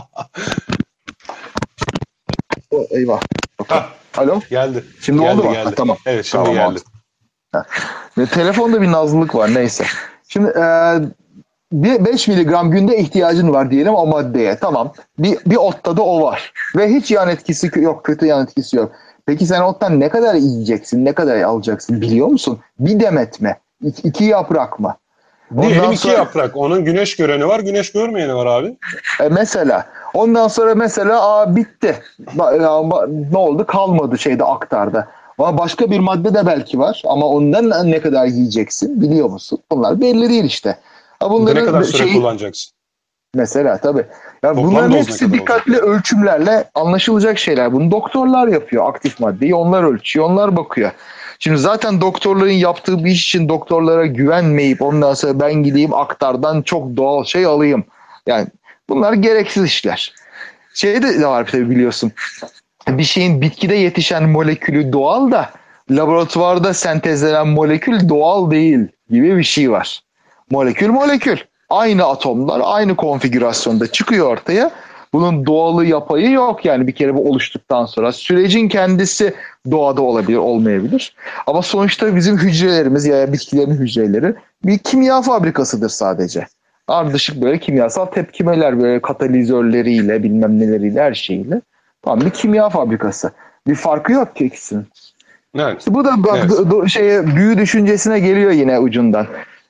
Eyvah. Bakalım. Hah, Alo. geldi. Şimdi oldu Geldi mu? Ha, geldi. tamam. Evet, şimdi Tamam oldu. geldi. Ve telefonda bir nazlılık var, neyse. Şimdi bir 5 miligram günde ihtiyacın var diyelim o maddeye. Tamam. Bir otta da o var. Ve hiç yan etkisi yok. Kötü yan etkisi yok. Peki sen ottan ne kadar yiyeceksin? Ne kadar alacaksın? Biliyor musun? Bir demet mi? İki yaprak mı? Diyelim Ondan iki sonra yaprak. Onun güneş göreni var, güneş görmeyeni var abi. mesela ondan sonra mesela bitti. Ne oldu? Kalmadı şeyde, aktarda. Ama başka bir madde de belki var. Ama ondan ne kadar yiyeceksin biliyor musun? Bunlar belli değil işte. Ha, Bir de ne kadar bunların süre şeyi kullanacaksın? mesela tabii. Ya Toplam bunların doz ne hepsi kadar olacak dikkatli yani? ölçümlerle anlaşılacak şeyler. Bunu doktorlar yapıyor, aktif maddeyi. Onlar ölçüyor, onlar bakıyor. Şimdi zaten doktorların yaptığı bir iş için doktorlara güvenmeyip ondan sonra ben gideyim aktardan çok doğal şey alayım. Yani bunlar gereksiz işler. Şey de var tabii, biliyorsun. Bir şeyin bitkide yetişen molekülü doğal da laboratuvarda sentezlenen molekül doğal değil gibi bir şey var. Molekül molekül. Aynı atomlar aynı konfigürasyonda çıkıyor ortaya. Bunun doğalı yapayı yok yani bir kere bu oluştuktan sonra. Sürecin kendisi doğada olabilir, olmayabilir. Ama sonuçta bizim hücrelerimiz ya bitkilerin hücreleri bir kimya fabrikasıdır sadece. Ardışık böyle kimyasal tepkimeler, böyle katalizörleriyle bilmem neleriyle, her şeyiyle. Tamam, bir kimya fabrikası. Bir farkı yok ki ikisinin. Evet. İşte bu da bak Evet. büyü düşüncesine geliyor yine ucundan.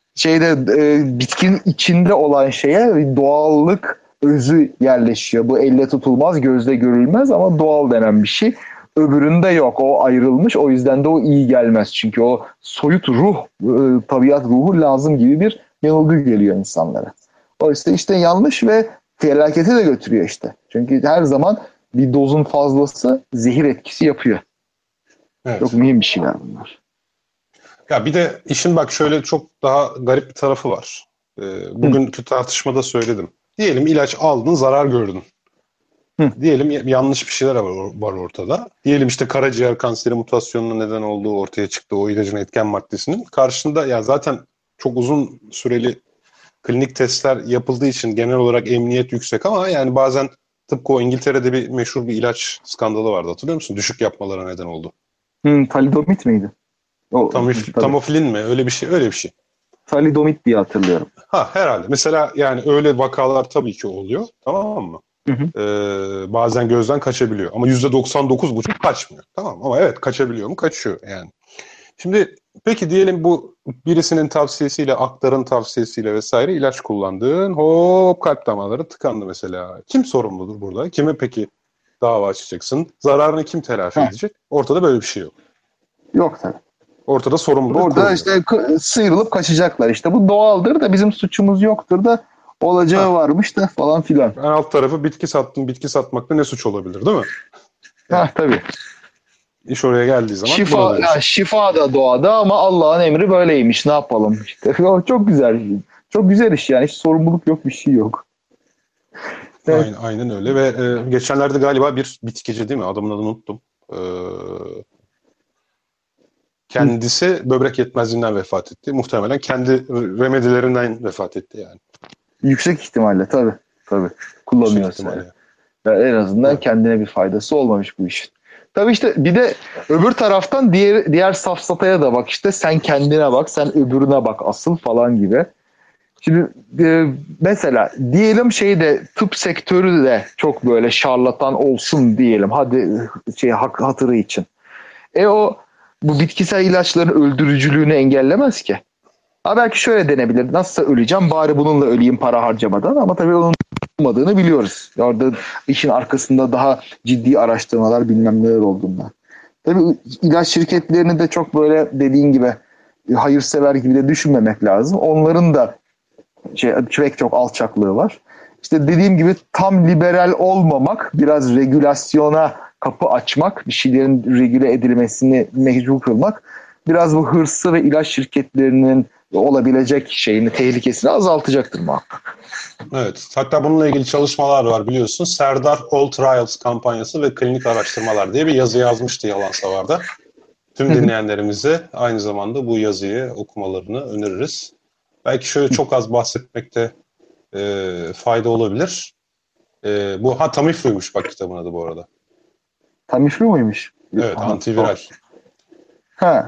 Bitkinin içinde olan şeye doğallık özü yerleşiyor. Bu elle tutulmaz, gözle görülmez ama doğal denen bir şey. Öbüründe yok. O ayrılmış. O yüzden de o iyi gelmez. Çünkü o soyut ruh, tabiat ruhu lazım gibi bir yanılgı geliyor insanlara. Oysa işte yanlış ve felakete de götürüyor işte. Çünkü her zaman bir dozun fazlası zehir etkisi yapıyor. Çok Evet. mühim bir şeyler bunlar. Ya bir de işin bak şöyle çok daha garip bir tarafı var. Bugünkü tartışmada söyledim. Diyelim ilaç aldın, zarar gördün. Hı. Diyelim yanlış bir şeyler var ortada. Diyelim işte karaciğer kanseri mutasyonuna neden olduğu ortaya çıktı o ilacın etken maddesinin. Karşında ya zaten çok uzun süreli klinik testler yapıldığı için genel olarak emniyet yüksek ama yani bazen tıpkı o İngiltere'de bir meşhur bir ilaç skandalı vardı, hatırlıyor musun? Düşük yapmalara neden oldu. Talidomit miydi? Tabii. Tamiflin mi? Öyle bir şey, öyle bir şey. Talidomit diye hatırlıyorum. Ha, herhalde. Mesela yani öyle vakalar tabii ki oluyor. Tamam mı? Hı hı. Bazen gözden kaçabiliyor. Ama %99,5 kaçmıyor. Tamam, ama evet, kaçabiliyor mu? Kaçıyor yani. Şimdi peki diyelim bu birisinin tavsiyesiyle, aktarın tavsiyesiyle vesaire ilaç kullandın. Hop, kalp damarları tıkandı mesela. Kim sorumludur burada? Kime peki dava açacaksın? Zararını kim telafi Heh. edecek? Ortada böyle bir şey yok. Yok tabii. Ortada sorumluluk Orada kuruluyor. işte sıyrılıp kaçacaklar. İşte bu doğaldır da bizim suçumuz yoktur da olacağı varmış da falan filan. Ben alt tarafı bitki sattım. Bitki satmakta ne suç olabilir, değil mi? Yani Tabii. iş oraya geldiği zaman buna Şifa, dönüşüyor. şifa da doğada ama Allah'ın emri böyleymiş. Ne yapalım işte. O çok güzel. Çok güzel iş yani. Hiç sorumluluk yok, bir şey yok. Evet. Aynen öyle ve geçenlerde galiba bir bitkici, değil mi? Adamın adını unuttum. E, Kendisi böbrek yetmezliğinden vefat etti. Muhtemelen kendi remedilerinden vefat etti yani. Yüksek ihtimalle tabii. Tabii. Yüksek Kullanıyorsa. ihtimalle. Yani en azından Evet. kendine bir faydası olmamış bu işin. Tabii işte bir de öbür taraftan diğer safsataya da bak, işte sen kendine bak, sen öbürüne bak asıl falan gibi. Şimdi mesela diyelim tıp sektörü de çok böyle şarlatan olsun diyelim. Hadi hatırı için. Bu bitkisel ilaçların öldürücülüğünü engellemez ki. Ha belki şöyle denebilir. Nasılsa öleceğim bari bununla öleyim para harcamadan, ama tabii onun olmadığını biliyoruz. Orada işin arkasında daha ciddi araştırmalar bilmem neler olduğundan. Tabii ilaç şirketlerini de çok böyle dediğin gibi hayırsever gibi de düşünmemek lazım. Onların da pek çok alçaklığı var. İşte dediğim gibi tam liberal olmamak, biraz regülasyona kapı açmak, bir şeylerin regüle edilmesini mecbur kılmak, biraz bu hırsı ve ilaç şirketlerinin olabilecek tehlikesini azaltacaktır muhakkak. Evet. Hatta bununla ilgili çalışmalar var, biliyorsun. Serdar All Trials kampanyası ve klinik araştırmalar diye bir yazı yazmıştı Yalan Savar'da. Tüm dinleyenlerimize aynı zamanda bu yazıyı okumalarını öneririz. Belki şöyle çok az bahsetmekte fayda olabilir. Bu Tamiflu'ymuş bak kitabın adı bu arada. Tamiflu muymuş? Evet, antiviral. Ha.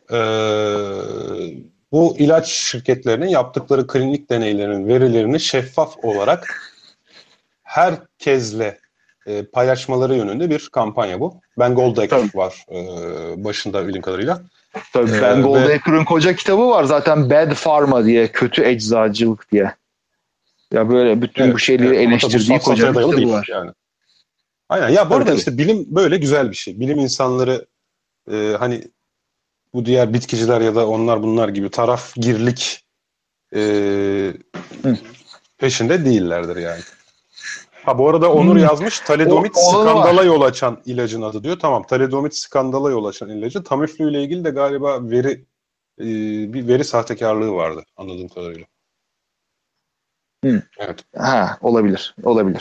Bu ilaç şirketlerinin yaptıkları klinik deneylerin verilerini şeffaf olarak herkesle paylaşmaları yönünde bir kampanya bu. Ben Goldacre var başında bildiğim kadarıyla. Tabii Ben Goldacre'ın koca kitabı var zaten, Bad Pharma diye, kötü eczacılık diye. Ya böyle bütün bu şeyleri eleştirdiği koca bir kitabı var. Yani. Aynen. Ya bu arada işte bilim böyle güzel bir şey. Bilim insanları hani bu diğer bitkiciler ya da onlar bunlar gibi tarafgirlik peşinde değillerdir yani. Ha, bu arada Onur yazmış, talidomit skandala yol açan ilacın adı diyor. Tamam, talidomit skandala yol açan ilacı. Tamiflu ile ilgili de galiba bir veri sahtekarlığı vardı anladığım kadarıyla. Evet. Ha, olabilir.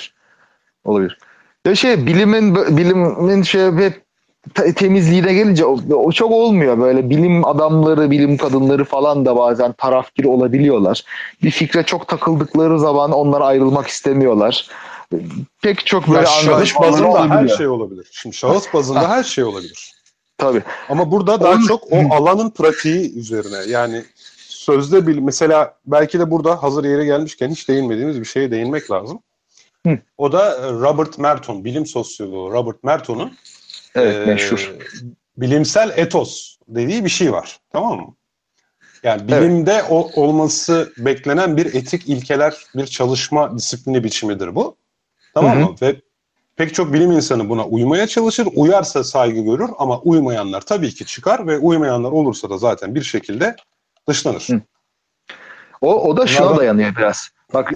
Ya bilimin hep temizliğine gelince o çok olmuyor. Böyle bilim adamları, bilim kadınları falan da bazen tarafgir olabiliyorlar. Bir fikre çok takıldıkları zaman onlar ayrılmak istemiyorlar. Pek çok böyle şahıs bazında olabiliyor. her şey olabilir. Şimdi şahıs bazında her şey olabilir. Tabii. Ama burada daha çok o alanın pratiği üzerine. Yani sözde mesela belki de burada hazır yere gelmişken hiç değinmediğimiz bir şeye değinmek lazım. O da Robert Merton, bilim sosyoloğu Robert Merton'un meşhur bilimsel etos dediği bir şey var. Tamam mı? Yani bilimde olması beklenen bir etik ilkeler, bir çalışma disiplini biçimidir bu. Tamam mı? Ve pek çok bilim insanı buna uymaya çalışır. Uyarsa saygı görür ama uymayanlar tabii ki çıkar ve uymayanlar olursa da zaten bir şekilde dışlanır. O da şuna dayanıyor biraz. Bak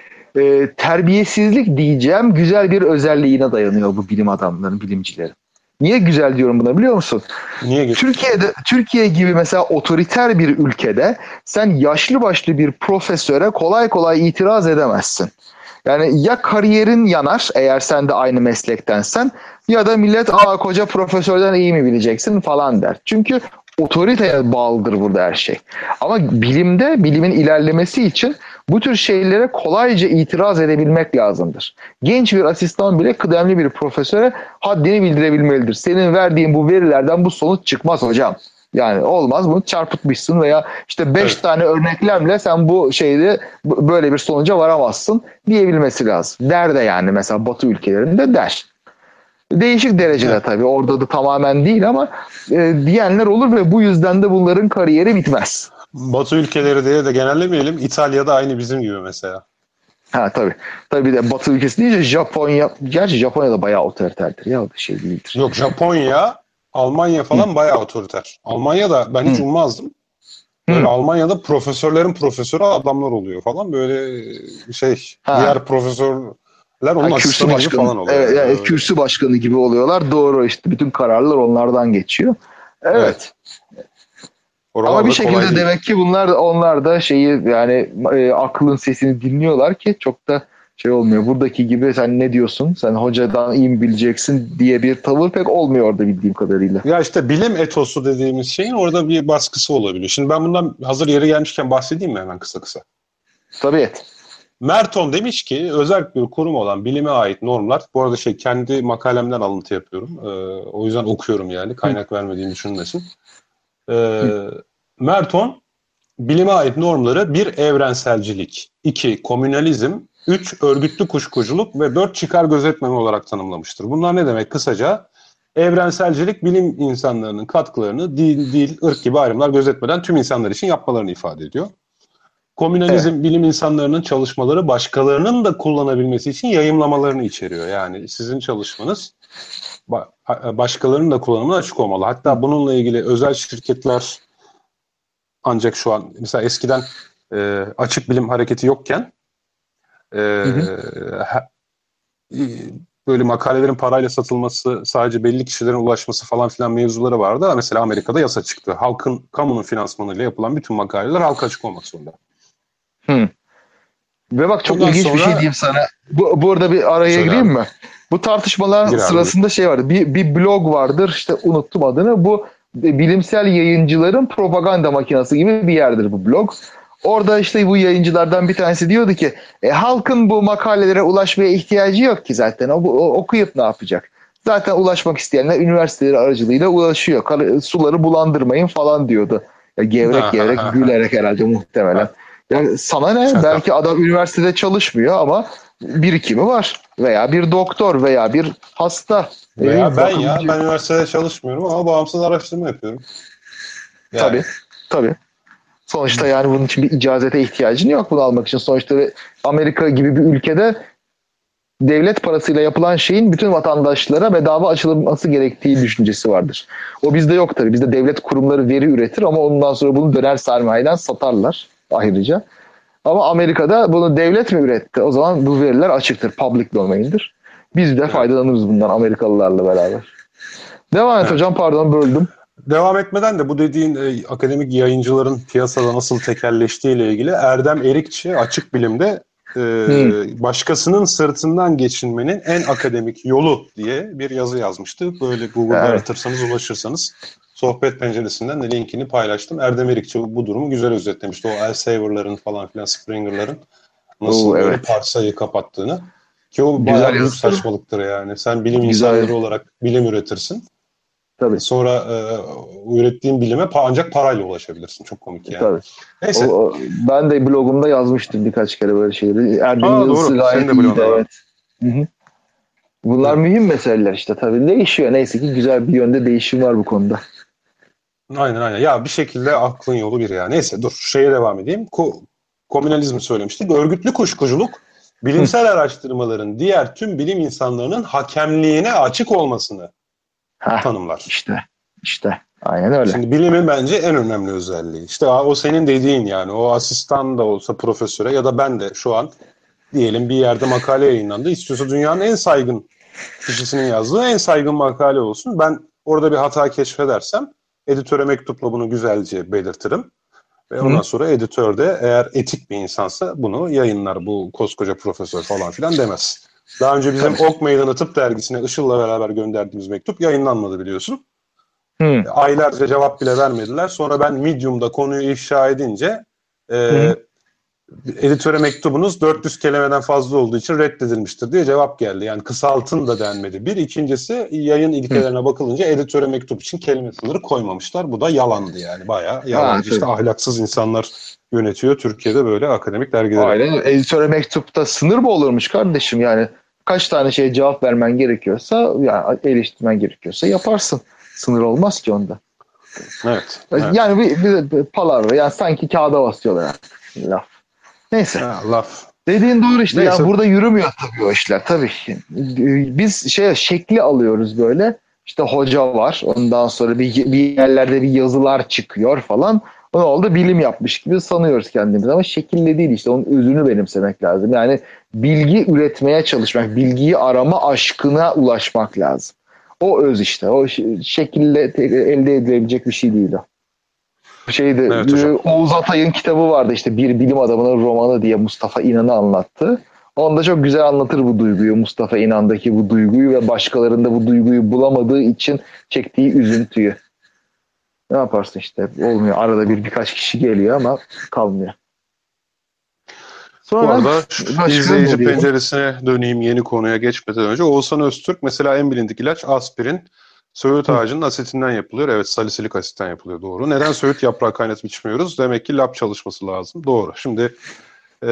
terbiyesizlik diyeceğim güzel bir özelliğine dayanıyor bu bilim adamlarının, bilimcilerin. Niye güzel diyorum buna biliyor musun? Niye? Türkiye gibi mesela otoriter bir ülkede sen yaşlı başlı bir profesöre kolay kolay itiraz edemezsin. Yani ya kariyerin yanar eğer sen de aynı meslektensen, ya da millet koca profesörden iyi mi bileceksin falan der. Çünkü otoriteye bağlıdır burada her şey. Ama bilimde, bilimin ilerlemesi için bu tür şeylere kolayca itiraz edebilmek lazımdır. Genç bir asistan bile kıdemli bir profesöre haddini bildirebilmelidir. Senin verdiğin bu verilerden bu sonuç çıkmaz hocam. Yani olmaz, bunu çarpıtmışsın veya işte 5 Evet. tane örneklemle sen bu şeyde böyle bir sonuca varamazsın diyebilmesi lazım. Der de yani mesela Batı ülkelerinde der. Değişik derecede Evet. tabii, orada da tamamen değil ama diyenler olur ve bu yüzden de bunların kariyeri bitmez. Batı ülkeleri diye de genellemeyelim. İtalya'da aynı bizim gibi mesela. Ha tabii. Tabii de Batı ülkesi deyince Japonya, gerçi Japonya da bayağı otoriterdir ya, o da şey değildir. Yok, Japonya, Almanya Hı, falan bayağı otoriter. Almanya'da ben hiç hı, ummazdım. Böyle hı. Almanya'da profesörlerin profesörü adamlar oluyor falan. Böyle Ha. diğer profesörler onun Ha, kürsü asistanı gibi başkanı. falan oluyor. Evet, Yani yani öyle. kürsü başkanı gibi oluyorlar. Doğru, işte bütün kararlar onlardan geçiyor. Evet. Evet. Ama bir Oralarda kolay şekilde değil. demek ki onlar da şeyi yani aklın sesini dinliyorlar ki çok da şey olmuyor. Buradaki gibi sen ne diyorsun? Sen hocadan iyi mi bileceksin diye bir tavır pek olmuyor orada bildiğim kadarıyla. Ya işte bilim etosu dediğimiz şeyin orada bir baskısı olabiliyor. Şimdi ben bundan hazır yeri gelmişken bahsedeyim mi hemen kısa kısa? Tabii et. Merton demiş ki özel bir kurum olan bilime ait normlar, bu arada kendi makalemden alıntı yapıyorum. O yüzden okuyorum yani, Hı, kaynak vermediğim düşünmesin. hı, Ee, Merton bilime ait normları: bir, evrenselcilik; iki, komünalizm; üç, örgütlü kuşkuculuk ve dört, çıkar gözetmeme olarak tanımlamıştır. Bunlar ne demek? Kısaca, evrenselcilik bilim insanlarının katkılarını din, dil, ırk gibi ayrımlar gözetmeden tüm insanlar için yapmalarını ifade ediyor. evet. Komünalizm, bilim insanlarının çalışmaları başkalarının da kullanabilmesi için yayımlamalarını içeriyor. Yani sizin çalışmanız başkalarının da kullanımına açık olmalı. Hı, Hatta bununla ilgili özel şirketler, ancak şu an mesela eskiden açık bilim hareketi yokken e, hı, hı. ha- böyle makalelerin parayla satılması, sadece belli kişilere ulaşması falan filan mevzuları vardı. Mesela Amerika'da yasa çıktı. Kamunun finansmanıyla yapılan bütün makaleler halka açık olmak zorunda. Hı. Ve bak, çok Ondan ilginç bir şey sonra diyeyim sana. Bu arada bir araya söyle gireyim abi. mi? Bu tartışmalar Gir abi, buyur. sırasında şey vardı. Bir blog vardır, işte unuttum adını. Bu bilimsel yayıncıların propaganda makinesi gibi bir yerdir bu blog. Orada işte bu yayıncılardan bir tanesi diyordu ki halkın bu makalelere ulaşmaya ihtiyacı yok ki zaten. O okuyup ne yapacak? Zaten ulaşmak isteyenler üniversiteleri aracılığıyla ulaşıyor. Suları bulandırmayın falan diyordu. Ya, gevrek gevrek gülerek herhalde, muhtemelen. Yani sana ne? Şaka. Belki adam üniversitede çalışmıyor ama birikimi var. Veya bir doktor veya bir hasta. Ne Veya bileyim, ben bakımcı. üniversitede çalışmıyorum ama bağımsız araştırma yapıyorum. Tabii. Yani. Tabii. Sonuçta yani bunun için bir icazete ihtiyacın yok bunu almak için. Sonuçta Amerika gibi bir ülkede devlet parasıyla yapılan şeyin bütün vatandaşlara bedava açılması gerektiği düşüncesi vardır. O bizde yok tabii. Bizde devlet kurumları veri üretir ama ondan sonra bunu döner sermayeden satarlar ayrıca. Ama Amerika'da bunu devlet mi üretti? O zaman bu veriler açıktır, public domain'dir. Biz de Evet. faydalanırız bundan Amerikalılarla beraber. Devam et Evet. hocam, pardon böldüm. Devam etmeden de bu dediğin akademik yayıncıların piyasada nasıl tekelleştiği ile ilgili Erdem Erikçi Açık Bilim'de e, Hmm, başkasının sırtından geçinmenin en akademik yolu diye bir yazı yazmıştı. Böyle Google'da evet. aratırsanız, ulaşırsanız, sohbet penceresinden de linkini paylaştım. Erdem Erikçi bu durumu güzel özetlemişti. O Elsevier'ların falan filan, Springer'ların Oo, nasıl böyle evet. parsayı kapattığını, ki o Güzel bayağı büyük yazıdır. saçmalıktır yani. Sen bilim Güzel. insanları olarak bilim üretirsin. Tabii. Sonra ürettiğin bilime ancak parayla ulaşabilirsin. Çok komik yani. Tabii. Neyse. Ben de blogumda yazmıştım birkaç kere böyle şeyleri. Erdem'in Aa, yazısı doğru. Senin gayet de iyiydi, bloğunda evet. vardı. Hı hı. Bunlar Evet. mühim meseleler işte, tabii. Değişiyor. Neyse ki güzel bir yönde değişim var bu konuda. Aynen aynen. Ya bir şekilde aklın yolu bir ya. Neyse, dur şeye devam edeyim. Komünalizmi söylemiştik. Örgütlü kuşkuculuk, Hı. bilimsel araştırmaların diğer tüm bilim insanlarının hakemliğine açık olmasını Hah, tanımlar. işte. İşte. Aynen öyle. Şimdi bilimin bence en önemli özelliği, İşte o senin dediğin, yani o asistan da olsa profesöre ya da ben de şu an diyelim bir yerde makale yayınlandı. İstiyorsa dünyanın en saygın kişisinin yazdığı en saygın makale olsun. Ben orada bir hata keşfedersem editöre mektupla bunu güzelce belirtirim. Ve ondan Hı. sonra editör de eğer etik bir insansa bunu yayınlar. Bu koskoca profesör falan filan demez. Daha önce bizim Tabii. Ok Meydanı Tıp Dergisi'ne Işıl'la beraber gönderdiğimiz mektup yayınlanmadı biliyorsun. Hı. Aylarca cevap bile vermediler. Sonra ben Medium'da konuyu ifşa edince Hı e, hı. editöre mektubunuz 400 kelimeden fazla olduğu için reddedilmiştir diye cevap geldi. Yani kısaltın da denmedi. Bir ikincisi yayın Hı. ilkelerine bakılınca editöre mektup için kelime sınırı koymamışlar. Bu da yalandı yani. Bayağı Ha, yalancı işte tabii. ahlaksız insanlar yönetiyor Türkiye'de böyle akademik dergileri. Aynen. Editöre mektupta sınır mı olurmuş kardeşim? Yani kaç tane şeye cevap vermen gerekiyorsa, yani eleştirmen gerekiyorsa yaparsın. Sınır olmaz ki onda. Evet, evet. Yani bir palavra. Yani sanki kağıda basıyorlar laf. Neyse. Ha, laf. Dediğin doğru işte. Yani Neyse. burada yürümüyor tabii o işler. Tabii. Biz şekli alıyoruz böyle. İşte hoca var. Ondan sonra bir yerlerde bir yazılar çıkıyor falan. Ne oldu? Bilim yapmış gibi sanıyoruz kendimizi. Ama şekilde değil işte. Onun özünü benimsemek lazım. Yani bilgi üretmeye çalışmak, bilgiyi arama aşkına ulaşmak lazım. O öz işte. O şekille elde edilebilecek bir şey değil o. Evet hocam. Oğuz Atay'ın kitabı vardı işte Bir Bilim Adamının Romanı diye Mustafa İnan'ı anlattı. Onda çok güzel anlatır bu duyguyu. Mustafa İnan'daki bu duyguyu ve başkalarında bu duyguyu bulamadığı için çektiği üzüntüyü. Ne yaparsın işte olmuyor. Arada birkaç kişi geliyor ama kalmıyor. Bu Sonra arada başka ne izleyici diyelim? penceresine döneyim yeni konuya geçmeden önce. Oğuzhan Öztürk mesela en bilindik ilaç aspirin. Söğüt Hı. ağacının asitinden yapılıyor. Evet, salisilik asitten yapılıyor, doğru. Neden söğüt yaprağı kaynatıp içmiyoruz? Demek ki lab çalışması lazım. Doğru. Şimdi e,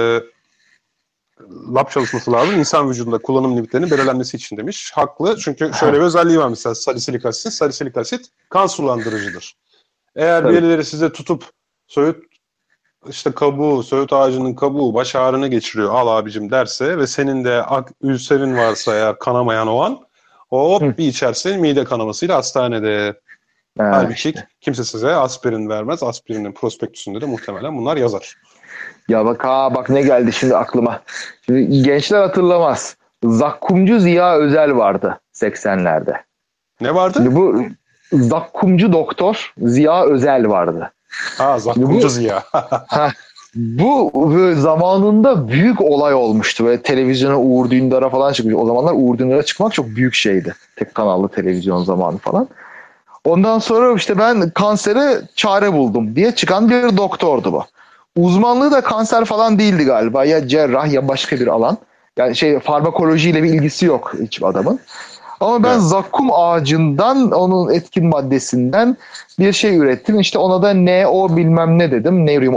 lab çalışması lazım. İnsan vücudunda kullanım limitlerinin belirlenmesi için demiş. Haklı. Çünkü şöyle bir özelliği var mesela salisilik asit. Salisilik asit kan sulandırıcıdır. Eğer Tabii. birileri size tutup söğüt işte kabuğu, söğüt ağacının kabuğu baş ağrını geçiriyor al abicim derse ve senin de ülserin varsa eğer kanamayan o an Hı. hop bir içersin mide kanamasıyla hastanede. Ha, Halbuki işte. kimse size aspirin vermez. Aspirinin prospektüsünde de muhtemelen bunlar yazar. Ya bak bak ne geldi şimdi aklıma. Şimdi gençler hatırlamaz. Zakkumcu Ziya Özel vardı 80'lerde. Ne vardı? Şimdi bu zakkumcu doktor Ziya Özel vardı. Ha, Şimdi zakkumcu Ziya. ha, bu zamanında büyük olay olmuştu. Böyle televizyona Uğur Dündar'a falan çıkmış. O zamanlar Uğur Dündar'a çıkmak çok büyük şeydi. Tek kanallı televizyon zamanı falan. Ondan sonra işte ben kansere çare buldum diye çıkan bir doktordu bu. Uzmanlığı da kanser falan değildi galiba. Ya cerrah ya başka bir alan. Yani farmakolojiyle bir ilgisi yok hiç adamın. Ama ben Evet. zakkum ağacından onun etkin maddesinden bir şey ürettim. İşte ona da NO bilmem ne dedim. Neurium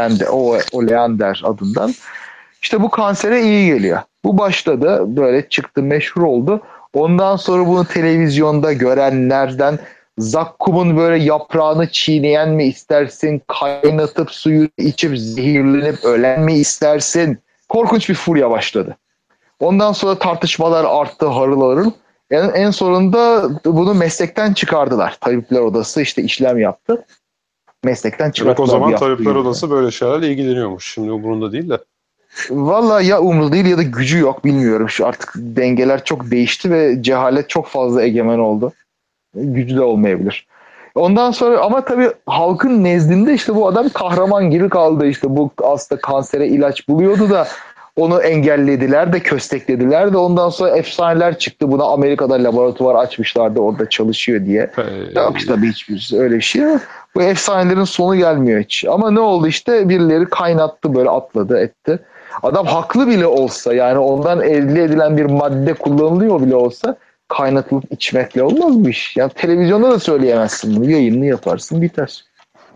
oleander adından. İşte bu kansere iyi geliyor. Bu başladı böyle çıktı meşhur oldu. Ondan sonra bunu televizyonda görenlerden zakkumun böyle yaprağını çiğneyen mi istersin? Kaynatıp suyu içip zehirlenip ölen mi istersin? Korkunç bir furya başladı. Ondan sonra tartışmalar arttı harıl harıl. En sonunda bunu meslekten çıkardılar. Tabipler Odası işte işlem yaptı. Meslekten Demek o çıkarttılar bu zaman yaptığı Tabipler yüzden. Odası böyle şeylerle ilgileniyormuş. Şimdi umurunda değil de. Valla ya umru değil ya da gücü yok bilmiyorum. Şu artık dengeler çok değişti ve cehalet çok fazla egemen oldu. Gücü de olmayabilir. Ondan sonra ama tabii halkın nezdinde işte bu adam kahraman gibi kaldı. İşte bu aslında kansere ilaç buluyordu da onu engellediler de kösteklediler de ondan sonra efsaneler çıktı. Buna Amerika'da laboratuvar açmışlardı orada çalışıyor diye. Yok işte tabii hiçbir öyle bir şey ama bu efsanelerin sonu gelmiyor hiç. Ama ne oldu işte birileri kaynattı böyle atladı etti. Adam haklı bile olsa yani ondan elde edilen bir madde kullanılıyor bile olsa kaynatılıp içmekle olmaz bu iş. Yani televizyonda da söyleyemezsin bunu. Yayınını yaparsın biter.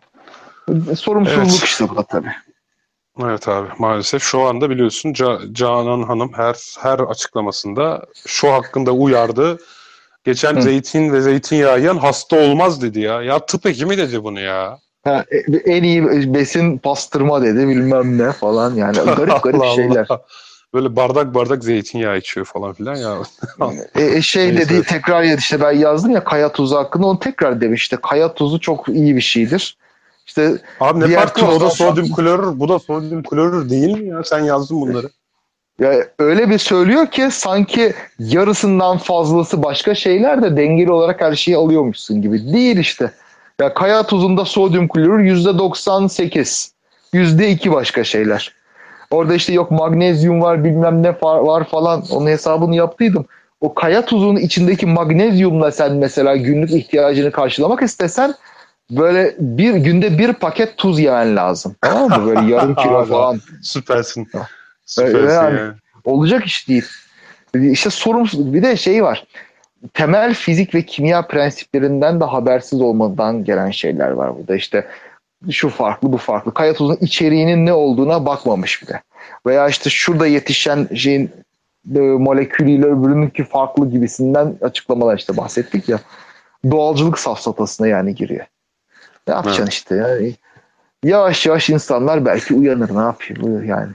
Sorumsuzluk Evet. işte bu da tabii. Evet abi, maalesef şu anda biliyorsun Canan Hanım her açıklamasında şu hakkında uyardı. Geçen Hı. zeytin ve zeytinyağı yiyen hasta olmaz dedi ya. Ya tıp hekimi dedi bunu ya. Ha, en iyi besin pastırma dedi bilmem ne falan yani garip garip Allah şeyler. Allah. Böyle bardak bardak zeytinyağı içiyor falan filan ya. Dediği Neyse. tekrar yedi işte ben yazdım ya kaya tuzu hakkında onu tekrar demiş işte kaya tuzu çok iyi bir şeydir. İşte Abi ne diğer farkı var? O da tuzdan sodyum farklı. klorür, bu da sodyum klorür değil mi ya? Sen yazdın bunları. Ya öyle bir söylüyor ki sanki yarısından fazlası başka şeyler de dengeli olarak her şeyi alıyormuşsun gibi. Değil işte. Ya kaya tuzunda sodyum klorür %98. %2 başka şeyler. Orada işte yok magnezyum var bilmem ne var falan. Onun hesabını yaptıydım. O kaya tuzunun içindeki magnezyumla sen mesela günlük ihtiyacını karşılamak istesen böyle bir günde bir paket tuz yemen lazım. Tamam mı? Böyle yarım kilo Abi, falan. süpersin. Öyle Süpersin yani yani. olacak iş değil. İşte sorumsuz bir de şey var. Temel fizik ve kimya prensiplerinden de habersiz olmadan gelen şeyler var burada. İşte şu farklı bu farklı. Kaya tuzunun içeriğinin ne olduğuna bakmamış bile. Veya işte şurada yetişen şeyin molekülüyle öbürününki farklı gibisinden açıklamalar işte bahsettik ya. Doğalcılık safsatasına yani giriyor. Ne yapacaksın Evet. işte yani. Yavaş yavaş insanlar belki uyanır ne yapayım yani.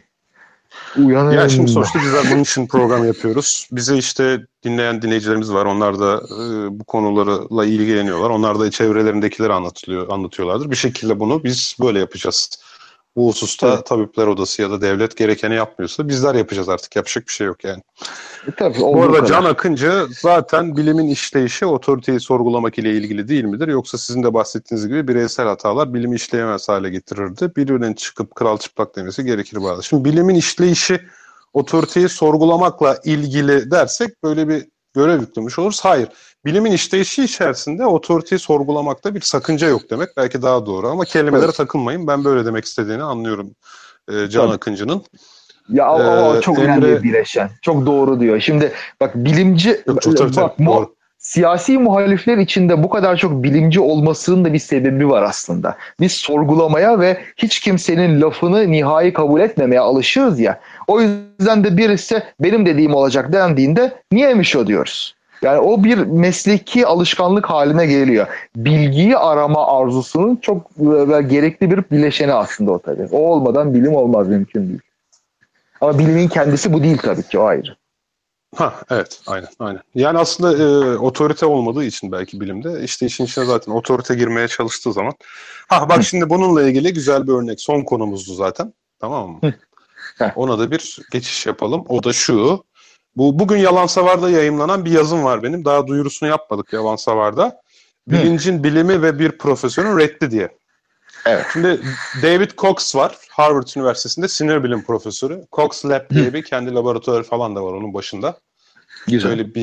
Ya şimdi Uyanın. sonuçta bizler bunun için program yapıyoruz. Bize işte dinleyen dinleyicilerimiz var. Onlar da bu konularla ilgileniyorlar. Onlar da çevrelerindekileri anlatıyorlardır. Bir şekilde bunu biz böyle yapacağız. Bu Tabii. hususta tabipler odası ya da devlet gerekeni yapmıyorsa bizler yapacağız artık. Yapacak bir şey yok yani. Tabii Bu olduğu arada Can kadar. Akıncı zaten bilimin işleyişi otoriteyi sorgulamak ile ilgili değil midir? Yoksa sizin de bahsettiğiniz gibi bireysel hatalar bilimi işleyemez hale getirirdi. Birinin çıkıp kral çıplak demesi gerekir bazı. Şimdi bilimin işleyişi otoriteyi sorgulamakla ilgili dersek böyle bir görev yüklemiş oluruz. Hayır. Bilimin işleyişi içerisinde otoriteyi sorgulamakta bir sakınca yok demek. Belki daha doğru ama kelimelere Tabii. takılmayın. Ben böyle demek istediğini anlıyorum Can Tabii. Akıncı'nın. Ya ama çok önemli Emre bir bileşen. Çok doğru diyor. Şimdi bak bilimci yok çok tabii bak doğru. siyasi muhalifler içinde bu kadar çok bilimci olmasının da bir sebebi var aslında. Biz sorgulamaya ve hiç kimsenin lafını nihai kabul etmemeye alışığız ya. O yüzden de birisi benim dediğim olacak dendiğinde niyemiş o diyoruz. Yani o bir mesleki alışkanlık haline geliyor. Bilgiyi arama arzusunun çok gerekli bir bileşeni aslında o tabii. O olmadan bilim olmaz, mümkün değil. Ama bilimin kendisi bu değil tabii ki, o ayrı. Ha evet aynen. Yani aslında otorite olmadığı için belki bilimde işte işin içine zaten otorite girmeye çalıştığı zaman. Ha bak şimdi bununla ilgili güzel bir örnek. Son konumuzdu zaten. Tamam mı? Heh. Ona da bir geçiş yapalım. O da şu. Bugün Yalan Savar'da yayımlanan bir yazım var benim. Daha duyurusunu yapmadık Yalan Savar'da. Hı. Bilincin bilimi ve bir profesörün reddi diye. Evet. Şimdi David Cox var. Harvard Üniversitesi'nde sinir bilim profesörü. Cox Lab Hı. diye bir kendi laboratuvarı falan da var onun başında. Güzel. Böyle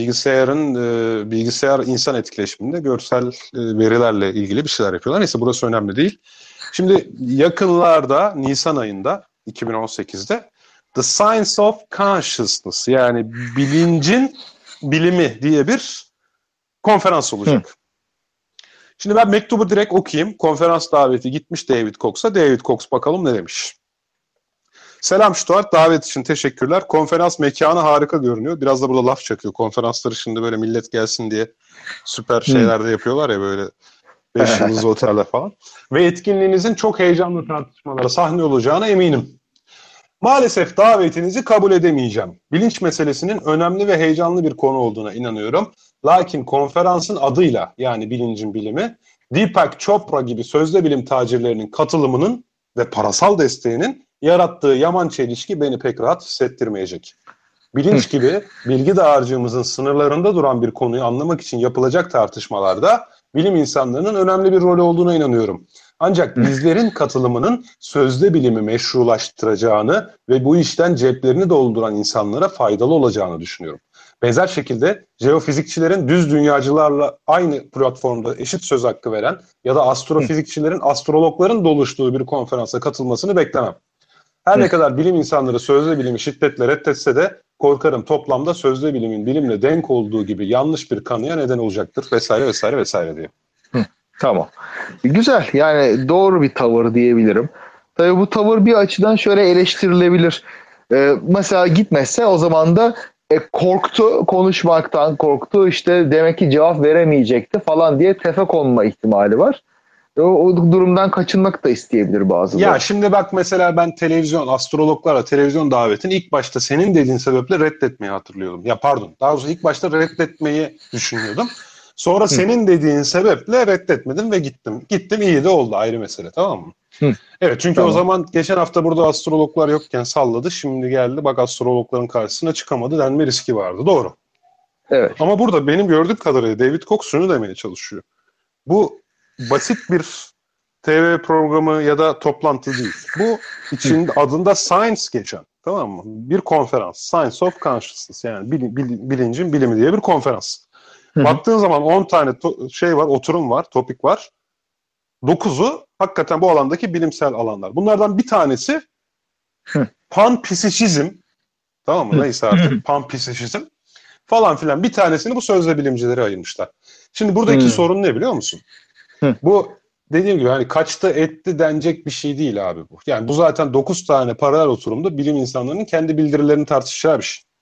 bilgisayar insan etkileşiminde görsel verilerle ilgili bir şeyler yapıyorlar. Neyse burası önemli değil. Şimdi yakınlarda Nisan ayında 2018'de The Science of Consciousness yani bilincin bilimi diye bir konferans Hı. olacak. Şimdi ben mektubu direkt okuyayım. Konferans daveti gitmiş David Cox'a. David Cox bakalım ne demiş. Selam Stuart, davet için teşekkürler. Konferans mekanı harika görünüyor. Biraz da burada laf çakıyor. Konferansları şimdi böyle millet gelsin diye süper Hı. şeyler de yapıyorlar ya böyle 5 yıldızlı oteller falan. Ve etkinliğinizin çok heyecanlı tartışmalara sahne olacağına eminim. Maalesef davetinizi kabul edemeyeceğim. Bilinç meselesinin önemli ve heyecanlı bir konu olduğuna inanıyorum. Lakin konferansın adıyla yani bilincin bilimi Deepak Chopra gibi sözde bilim tacirlerinin katılımının ve parasal desteğinin yarattığı yaman çelişki beni pek rahat hissettirmeyecek. Hı. Bilinç gibi bilgi dağarcığımızın sınırlarında duran bir konuyu anlamak için yapılacak tartışmalarda bilim insanlarının önemli bir rolü olduğuna inanıyorum. Ancak Hı. bizlerin katılımının sözde bilimi meşrulaştıracağını ve bu işten ceplerini dolduran insanlara faydalı olacağını düşünüyorum. Benzer şekilde jeofizikçilerin düz dünyacılarla aynı platformda eşit söz hakkı veren ya da astrofizikçilerin astrologların da oluştuğu bir konferansa katılmasını beklemem. Her Hı. ne kadar bilim insanları sözde bilimi şiddetle reddetse de korkarım toplamda sözde bilimin bilimle denk olduğu gibi yanlış bir kanıya neden olacaktır vesaire vesaire vesaire diye. Hı. Tamam. Güzel. Yani doğru bir tavır diyebilirim. Tabii bu tavır bir açıdan şöyle eleştirilebilir. Mesela gitmezse o zaman da korktu, konuşmaktan korktu, işte demek ki cevap veremeyecekti falan diye tefe konma ihtimali var. O durumdan kaçınmak da isteyebilir Ya bazıları. şimdi bak mesela ben astrologlarla televizyon davetini ilk başta senin dediğin sebeple reddetmeyi hatırlıyordum. Ya pardon, daha doğrusu ilk başta reddetmeyi düşünüyordum. Sonra Hı. senin dediğin sebeple reddetmedim ve gittim. Gittim, iyi de oldu, ayrı mesele, tamam mı? Hı. Evet, çünkü o Tamam. zaman geçen hafta burada astrologlar yokken salladı. Şimdi geldi, bak astrologların karşısına çıkamadı denme riski vardı. Doğru. Evet. Ama burada benim gördüğüm kadarıyla David Cox şunu demeye çalışıyor. Bu basit bir TV programı ya da toplantı değil. Bu içinde adında science geçen, tamam mı? Bir konferans. Science of Consciousness, yani bilincin bilimi diye bir konferans. Hı hı. Baktığın zaman 10 tane şey var, oturum var, topik var. 9'u hakikaten bu alandaki bilimsel alanlar. Bunlardan bir tanesi Hı. panpsişizm, tamam mı? Hı. Neyse Hı. artık panpsişizm falan filan, bir tanesini bu sözde bilimcilere ayırmışlar. Şimdi buradaki Hı. sorun ne biliyor musun? Hı. Bu dediğim gibi hani kaçtı etti denecek bir şey değil abi bu. Yani bu zaten 9 tane paralel oturumda bilim insanlarının kendi bildirilerini tartışacağı bir şey.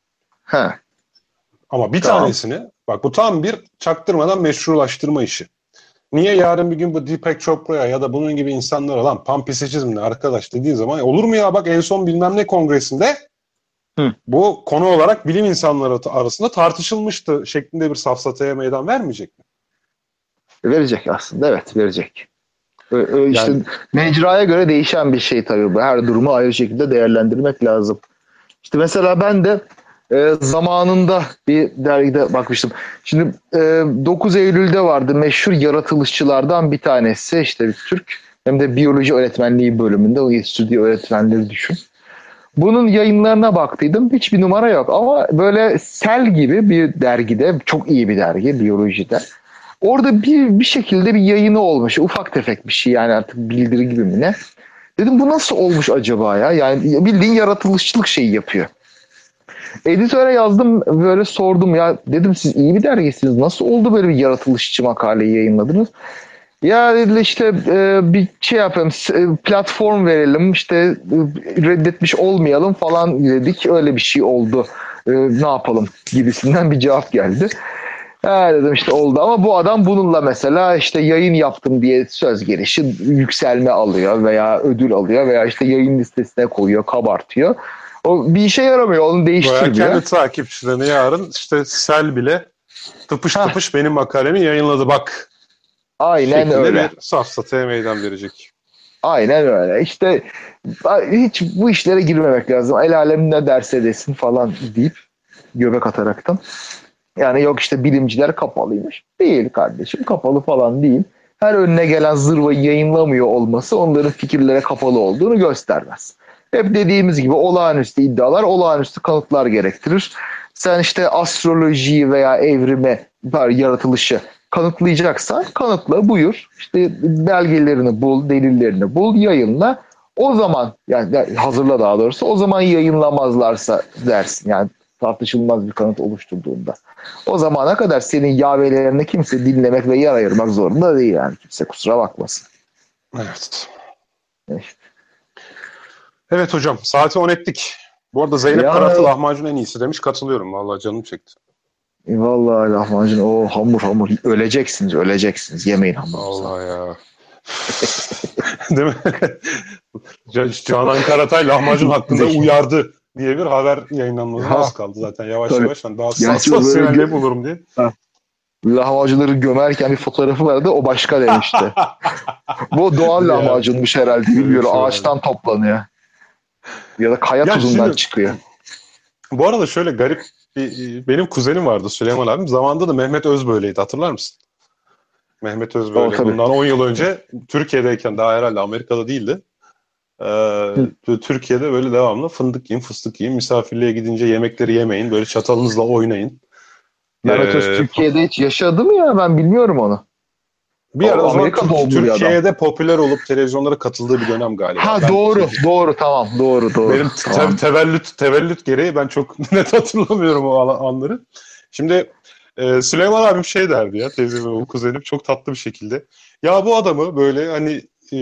Ha. Ama bir Tamam. tanesini, bak bu tam bir çaktırmadan meşrulaştırma işi. Niye yarın bir gün bu Deepak Chopra'ya ya da bunun gibi insanlara lan panpsişizmle arkadaş dediğin zaman olur mu ya, bak en son bilmem ne kongresinde Hı. bu konu olarak bilim insanları arasında tartışılmıştı şeklinde bir safsataya meydan vermeyecek mi? Verecek aslında. Evet, verecek. İşte Yani mecraya göre değişen bir şey tabii bu. Her durumu ayrı şekilde değerlendirmek lazım. İşte mesela ben de zamanında bir dergide bakmıştım. Şimdi 9 Eylül'de vardı meşhur yaratılışçılardan bir tanesi, işte bir Türk, hem de biyoloji öğretmenliği bölümünde o stüdyo öğretmenleri düşün. Bunun yayınlarına baktıydım. Hiçbir numara yok ama böyle Cell gibi bir dergide, çok iyi bir dergi biyolojide. Orada bir şekilde bir yayını olmuş. Ufak tefek bir şey yani, artık bildiri gibi mi ne? Dedim bu nasıl olmuş acaba ya? Yani bildiğin yaratılışçılık şeyi yapıyor. Editöre yazdım, böyle sordum ya, dedim siz iyi bir dergisiniz, nasıl oldu böyle bir yaratılışçı makaleyi yayınladınız? Ya dediler işte bir şey yapalım, platform verelim, işte reddetmiş olmayalım falan dedik, öyle bir şey oldu. Ne yapalım gibisinden bir cevap geldi. Ha dedim, işte oldu ama bu adam bununla mesela işte yayın yaptım diye söz gelişi yükselme alıyor veya ödül alıyor veya işte yayın listesine koyuyor, kabartıyor. O bir işe yaramıyor, onu veya değiştirmiyor. kendi takipçilerine yarın işte Sel bile tıpış Hah, tıpış benim makalemi yayınladı bak aynen şeklinde öyle. bir safsataya meydan verecek. Aynen öyle. İşte hiç bu işlere girmemek lazım. El alem ne derse desin falan deyip göbek ataraktan. Yani yok işte bilimciler kapalıymış. Değil kardeşim, kapalı falan değil. Her önüne gelen zırvayı yayınlamıyor olması onların fikirlere kapalı olduğunu göstermez. Hep dediğimiz gibi olağanüstü iddialar olağanüstü kanıtlar gerektirir. Sen işte astrolojiyi veya evrimi, yaratılışı kanıtlayacaksan kanıtla, buyur. İşte belgelerini bul, delillerini bul, yayınla. O zaman yani hazırla, daha doğrusu o zaman yayınlamazlarsa dersin yani, tartışılmaz bir kanıt oluşturduğunda. O zamana kadar senin yavelerini kimse dinlemek ve yer ayırmak zorunda değil yani. Kimse kusura bakmasın. Evet. İşte. Evet hocam, saati 10 ettik. Bu arada Zeynep Ya Karatı lahmacun en iyisi demiş. Katılıyorum. Vallahi canım çekti. vallahi lahmacun, o hamur hamur, öleceksiniz öleceksiniz, yemeyin hamurunuzu. Allah ya. Değil mi? Canan Karatay lahmacun hakkında Zeki. uyardı diye bir haber yayınlanmasına az Ha kaldı zaten. Yavaş tabii. yavaş ben daha Gerçi o böyle sansasyonel bulurum diye. ha, lahmacunları gömerken bir fotoğrafı vardı, o başka demişti. Bu doğal Ya lahmacunmuş herhalde, öyle bir bilmiyorum, şey vardı. ağaçtan toplanıyor. Ya da kaya Ya tuzundan şimdi çıkıyor. bu arada şöyle garip benim kuzenim vardı, Süleyman abim. Zamanında da Mehmet Özböğle'ydi, hatırlar mısın? Mehmet O Özböğle. tabii. Bundan 10 yıl önce Türkiye'deyken, daha herhalde Amerika'da değildi. Hı. Türkiye'de böyle devamlı fındık yiyin, fıstık yiyin, misafirliğe gidince yemekleri yemeyin, böyle çatalınızla oynayın. Mehmet Öz Ee, Türkiye'de hiç yaşadı mı ya? Ben bilmiyorum onu. Bir ara O o zaman Amerika doğumlu bir adam. Türkiye'de popüler olup televizyonlara katıldığı bir dönem galiba. Ha Ben doğru, doğru, tamam, doğru, doğru. benim Tamam. tevellüt gereği ben çok net hatırlamıyorum o anları. Şimdi Süleyman abim şey derdi ya, teyzem ve o kuzenim çok tatlı bir şekilde. Ya bu adamı böyle hani e,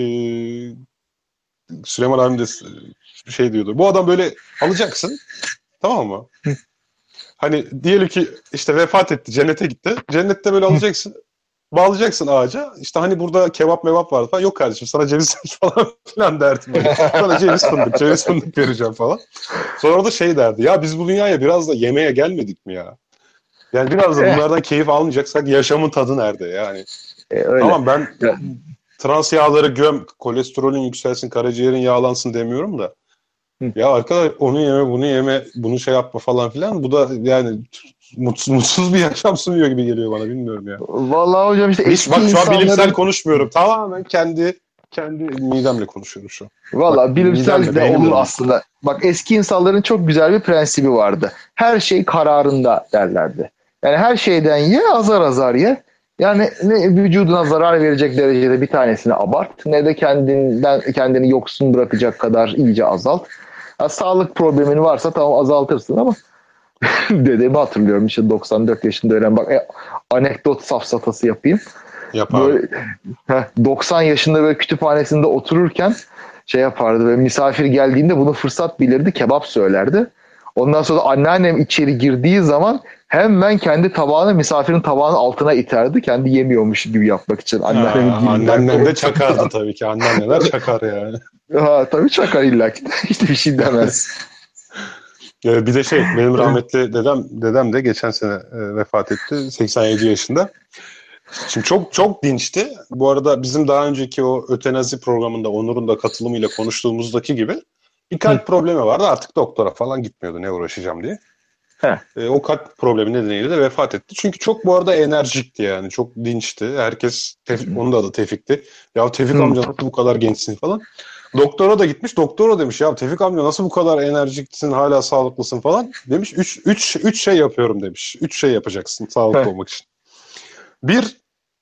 Süleyman abim de şey diyordu. Bu adam böyle alacaksın, tamam mı? Hani diyelim ki işte vefat etti, cennete gitti. Cennette böyle alacaksın, bağlayacaksın ağaca. İşte hani burada kebap mevap vardı falan. Yok kardeşim, sana ceviz falan filan derdi böyle. Sana ceviz fındık vereceğim falan. Sonra da şey derdi. Ya biz bu dünyaya biraz da yemeğe gelmedik mi ya? Yani biraz da bunlardan keyif almayacaksak yaşamın tadı nerede yani? Öyle. Tamam, ben Ya, trans yağları göm, kolesterolün yükselsin, karaciğerin yağlansın demiyorum da. hı. Ya arkadaş, onu yeme, bunu yeme, bunu şey yapma falan filan. Bu da yani mutsuz bir yaşam sunuyor gibi geliyor bana, bilmiyorum ya. Vallahi hocam işte Hiç eski bak, şu an bilimsel insanların konuşmuyorum. Tamamen kendi midemle konuşuyorum şu an. Bak, valla bilimsel midemle, de olur beynimle değil. aslında. Bak eski insanların çok güzel bir prensibi vardı. Her şey kararında derlerdi. Yani her şeyden ye, azar azar ye. Yani ne vücuduna zarar verecek derecede bir tanesini abart, ne de kendini yoksun bırakacak kadar iyice azalt. Ha, sağlık problemin varsa tamam azaltırsın ama dedemi hatırlıyorum işte 94 yaşında ölen bak anekdot safsatası yapayım. Yap abi. Böyle 90 yaşında böyle kütüphanesinde otururken şey yapardı böyle misafir geldiğinde bunu fırsat bilirdi kebap söylerdi. Ondan sonra anneannem içeri girdiği zaman hemen kendi tabağını misafirin tabağının altına iterdi. Kendi yemiyormuş gibi yapmak için anneannemin dilinden Anneannen de korktu. çakardı tabii ki. Anneanneler çakar yani. Ha, tabii çakar illa ki. Hiçbir şey demez. Bir de benim rahmetli dedem de geçen sene vefat etti. 87 yaşında. Şimdi çok çok dinçti. Bu arada bizim daha önceki o ötenazi programında Onur'un da katılımıyla konuştuğumuzdaki gibi bir kalp problemi vardı. Artık doktora falan gitmiyordu, ne uğraşacağım diye. Heh. O kalp problemi nedeniyle de vefat etti. Çünkü çok bu arada enerjikti yani. Çok dinçti. Herkes, onun da adı Tevfik'ti. Ya Tevfik amca nasıl bu kadar gençsin falan. Doktora da gitmiş. Doktora demiş ya Tevfik amca nasıl bu kadar enerjiksin, hala sağlıklısın falan. Demiş üç şey yapıyorum demiş. 3 şey yapacaksın sağlıklı olmak için. Bir,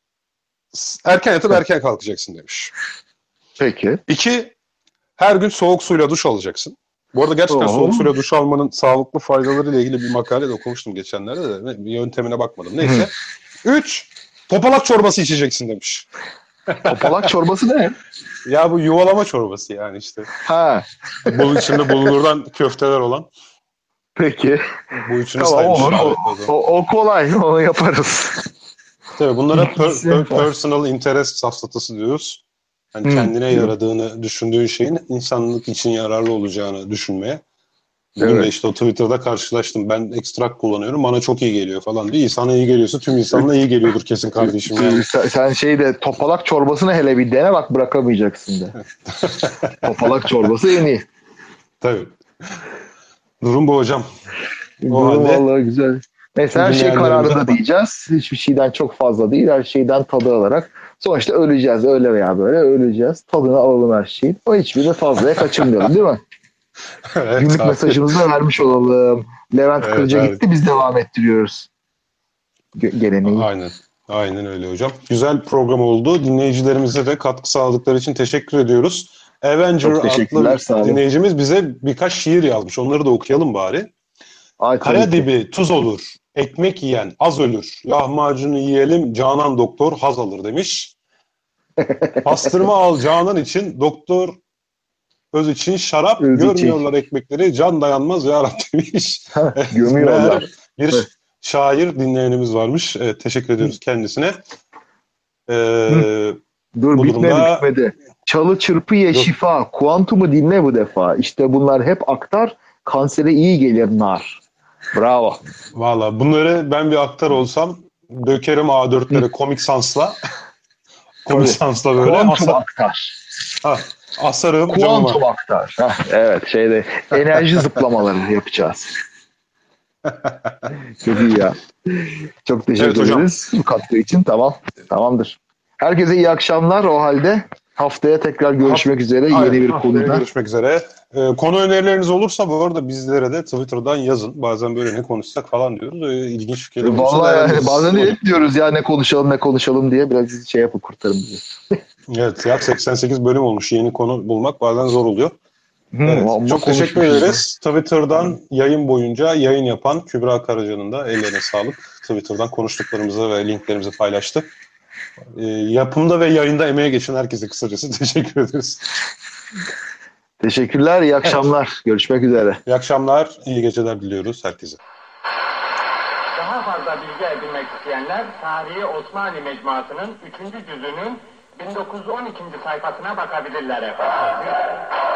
erken yatıp erken kalkacaksın demiş. Peki. 2, her gün soğuk suyla duş alacaksın. Bu arada gerçekten soğuk suyla duş almanın sağlıklı faydaları ile ilgili bir makale de okumuştum geçenlerde de. Bir yöntemine bakmadım. Neyse. 3, topalak çorbası içeceksin demiş. Topalak çorbası ne? Ya bu yuvalama çorbası yani işte. Ha. Bu içinde bulgurdan köfteler olan. Peki. Bu üçünü Tamam saymış. olur. Evet, O kolay. Onu yaparız. tabii bunlara İkincisi personal interest safsatası diyoruz. Yani kendine yaradığını düşündüğün şeyin insanlık için yararlı olacağını düşünmeye. Bugün de evet. işte o Twitter'da karşılaştım. Ben ekstrak kullanıyorum. Bana çok iyi geliyor falan diyor. Sana iyi geliyorsa tüm insanlığa iyi geliyordur kesin kardeşim yani. Sen şeyde topalak çorbasını hele bir dene bak bırakamayacaksın de. Topalak çorbası en iyi. Tabii. Durum bu hocam. O Durum halde vallahi güzel. Neyse tüm her şey dinleyenlerimize kararında diyeceğiz. Hiçbir şeyden çok fazla değil. Her şeyden tadı alarak. Sonuçta öleceğiz. Öyle veya böyle öleceğiz. Tadını alalım her şeyin. O hiçbirini fazlaya kaçırmayalım değil mi? evet Günlük abi. mesajımızı da vermiş olalım. Levent Evet, Kırca evet. gitti biz devam ettiriyoruz. Geleneği. Aynen. Aynen öyle hocam. Güzel program oldu. Dinleyicilerimize de katkı sağladıkları için teşekkür ediyoruz. Avenger Çok adlı teşekkürler sağ olun. dinleyicimiz bize birkaç şiir yazmış. Onları da okuyalım bari. Ay Kaya tabii ki. dibi tuz olur. Ekmek yiyen az ölür. Lahmacunu yiyelim Canan doktor haz alır demiş. Pastırma al Canan için. Doktor öz için şarap. Özüçi. Görmüyorlar ekmekleri. Can dayanmaz ya Rab demiş. Evet, meğer Gömüyorlar. bir şair dinleyenimiz varmış. Evet, teşekkür ediyoruz kendisine. Dur Bu bitmedi durumda bitmedi. Çalı çırpı ye dur. şifa. Kuantumu dinle bu defa. İşte bunlar hep aktar. Kansere iyi gelir nar. Bravo. Valla bunları ben bir aktar olsam dökerim A4'lere Comic Sans'la. Comic Tabii. Sans'la böyle Kuantum aktar. asarım camıma. Kuantum aktar. Evet şeyde enerji zıplamaları yapacağız. Çok iyi ya. Çok Evet teşekkür hocam. ederiz bu katkı için. Tamam. Tamamdır. Herkese iyi akşamlar o halde. Haftaya tekrar görüşmek üzere yeni Aynen, bir haftaya konuda. görüşmek üzere. Konu önerileriniz olursa bu arada bizlere de Twitter'dan yazın. Bazen böyle ne konuşsak falan diyoruz. İlginç fikirler olursa Vallahi yani değerlendiririz bazen de hocam. hep diyoruz ya ne konuşalım diye biraz şey yapıp kurtarın bizi. Evet ya, 88 bölüm olmuş. Yeni konu bulmak bazen zor oluyor. Evet. Amma Çok teşekkür konuşmuşuz ya. ederiz. Twitter'dan yayın boyunca yayın yapan Kübra Karaca'nın da ellerine sağlık. Twitter'dan konuştuklarımızı ve linklerimizi paylaştı. Yapımda ve yayında emeğe geçen herkese kısacası teşekkür ederiz. Teşekkürler, iyi Evet. akşamlar. Görüşmek üzere. İyi akşamlar, iyi geceler diliyoruz herkese. Daha fazla bilgi edinmek isteyenler Tarihi Osmanlı Mecmuası'nın 3. cüzünün 1912. sayfasına bakabilirler efendim.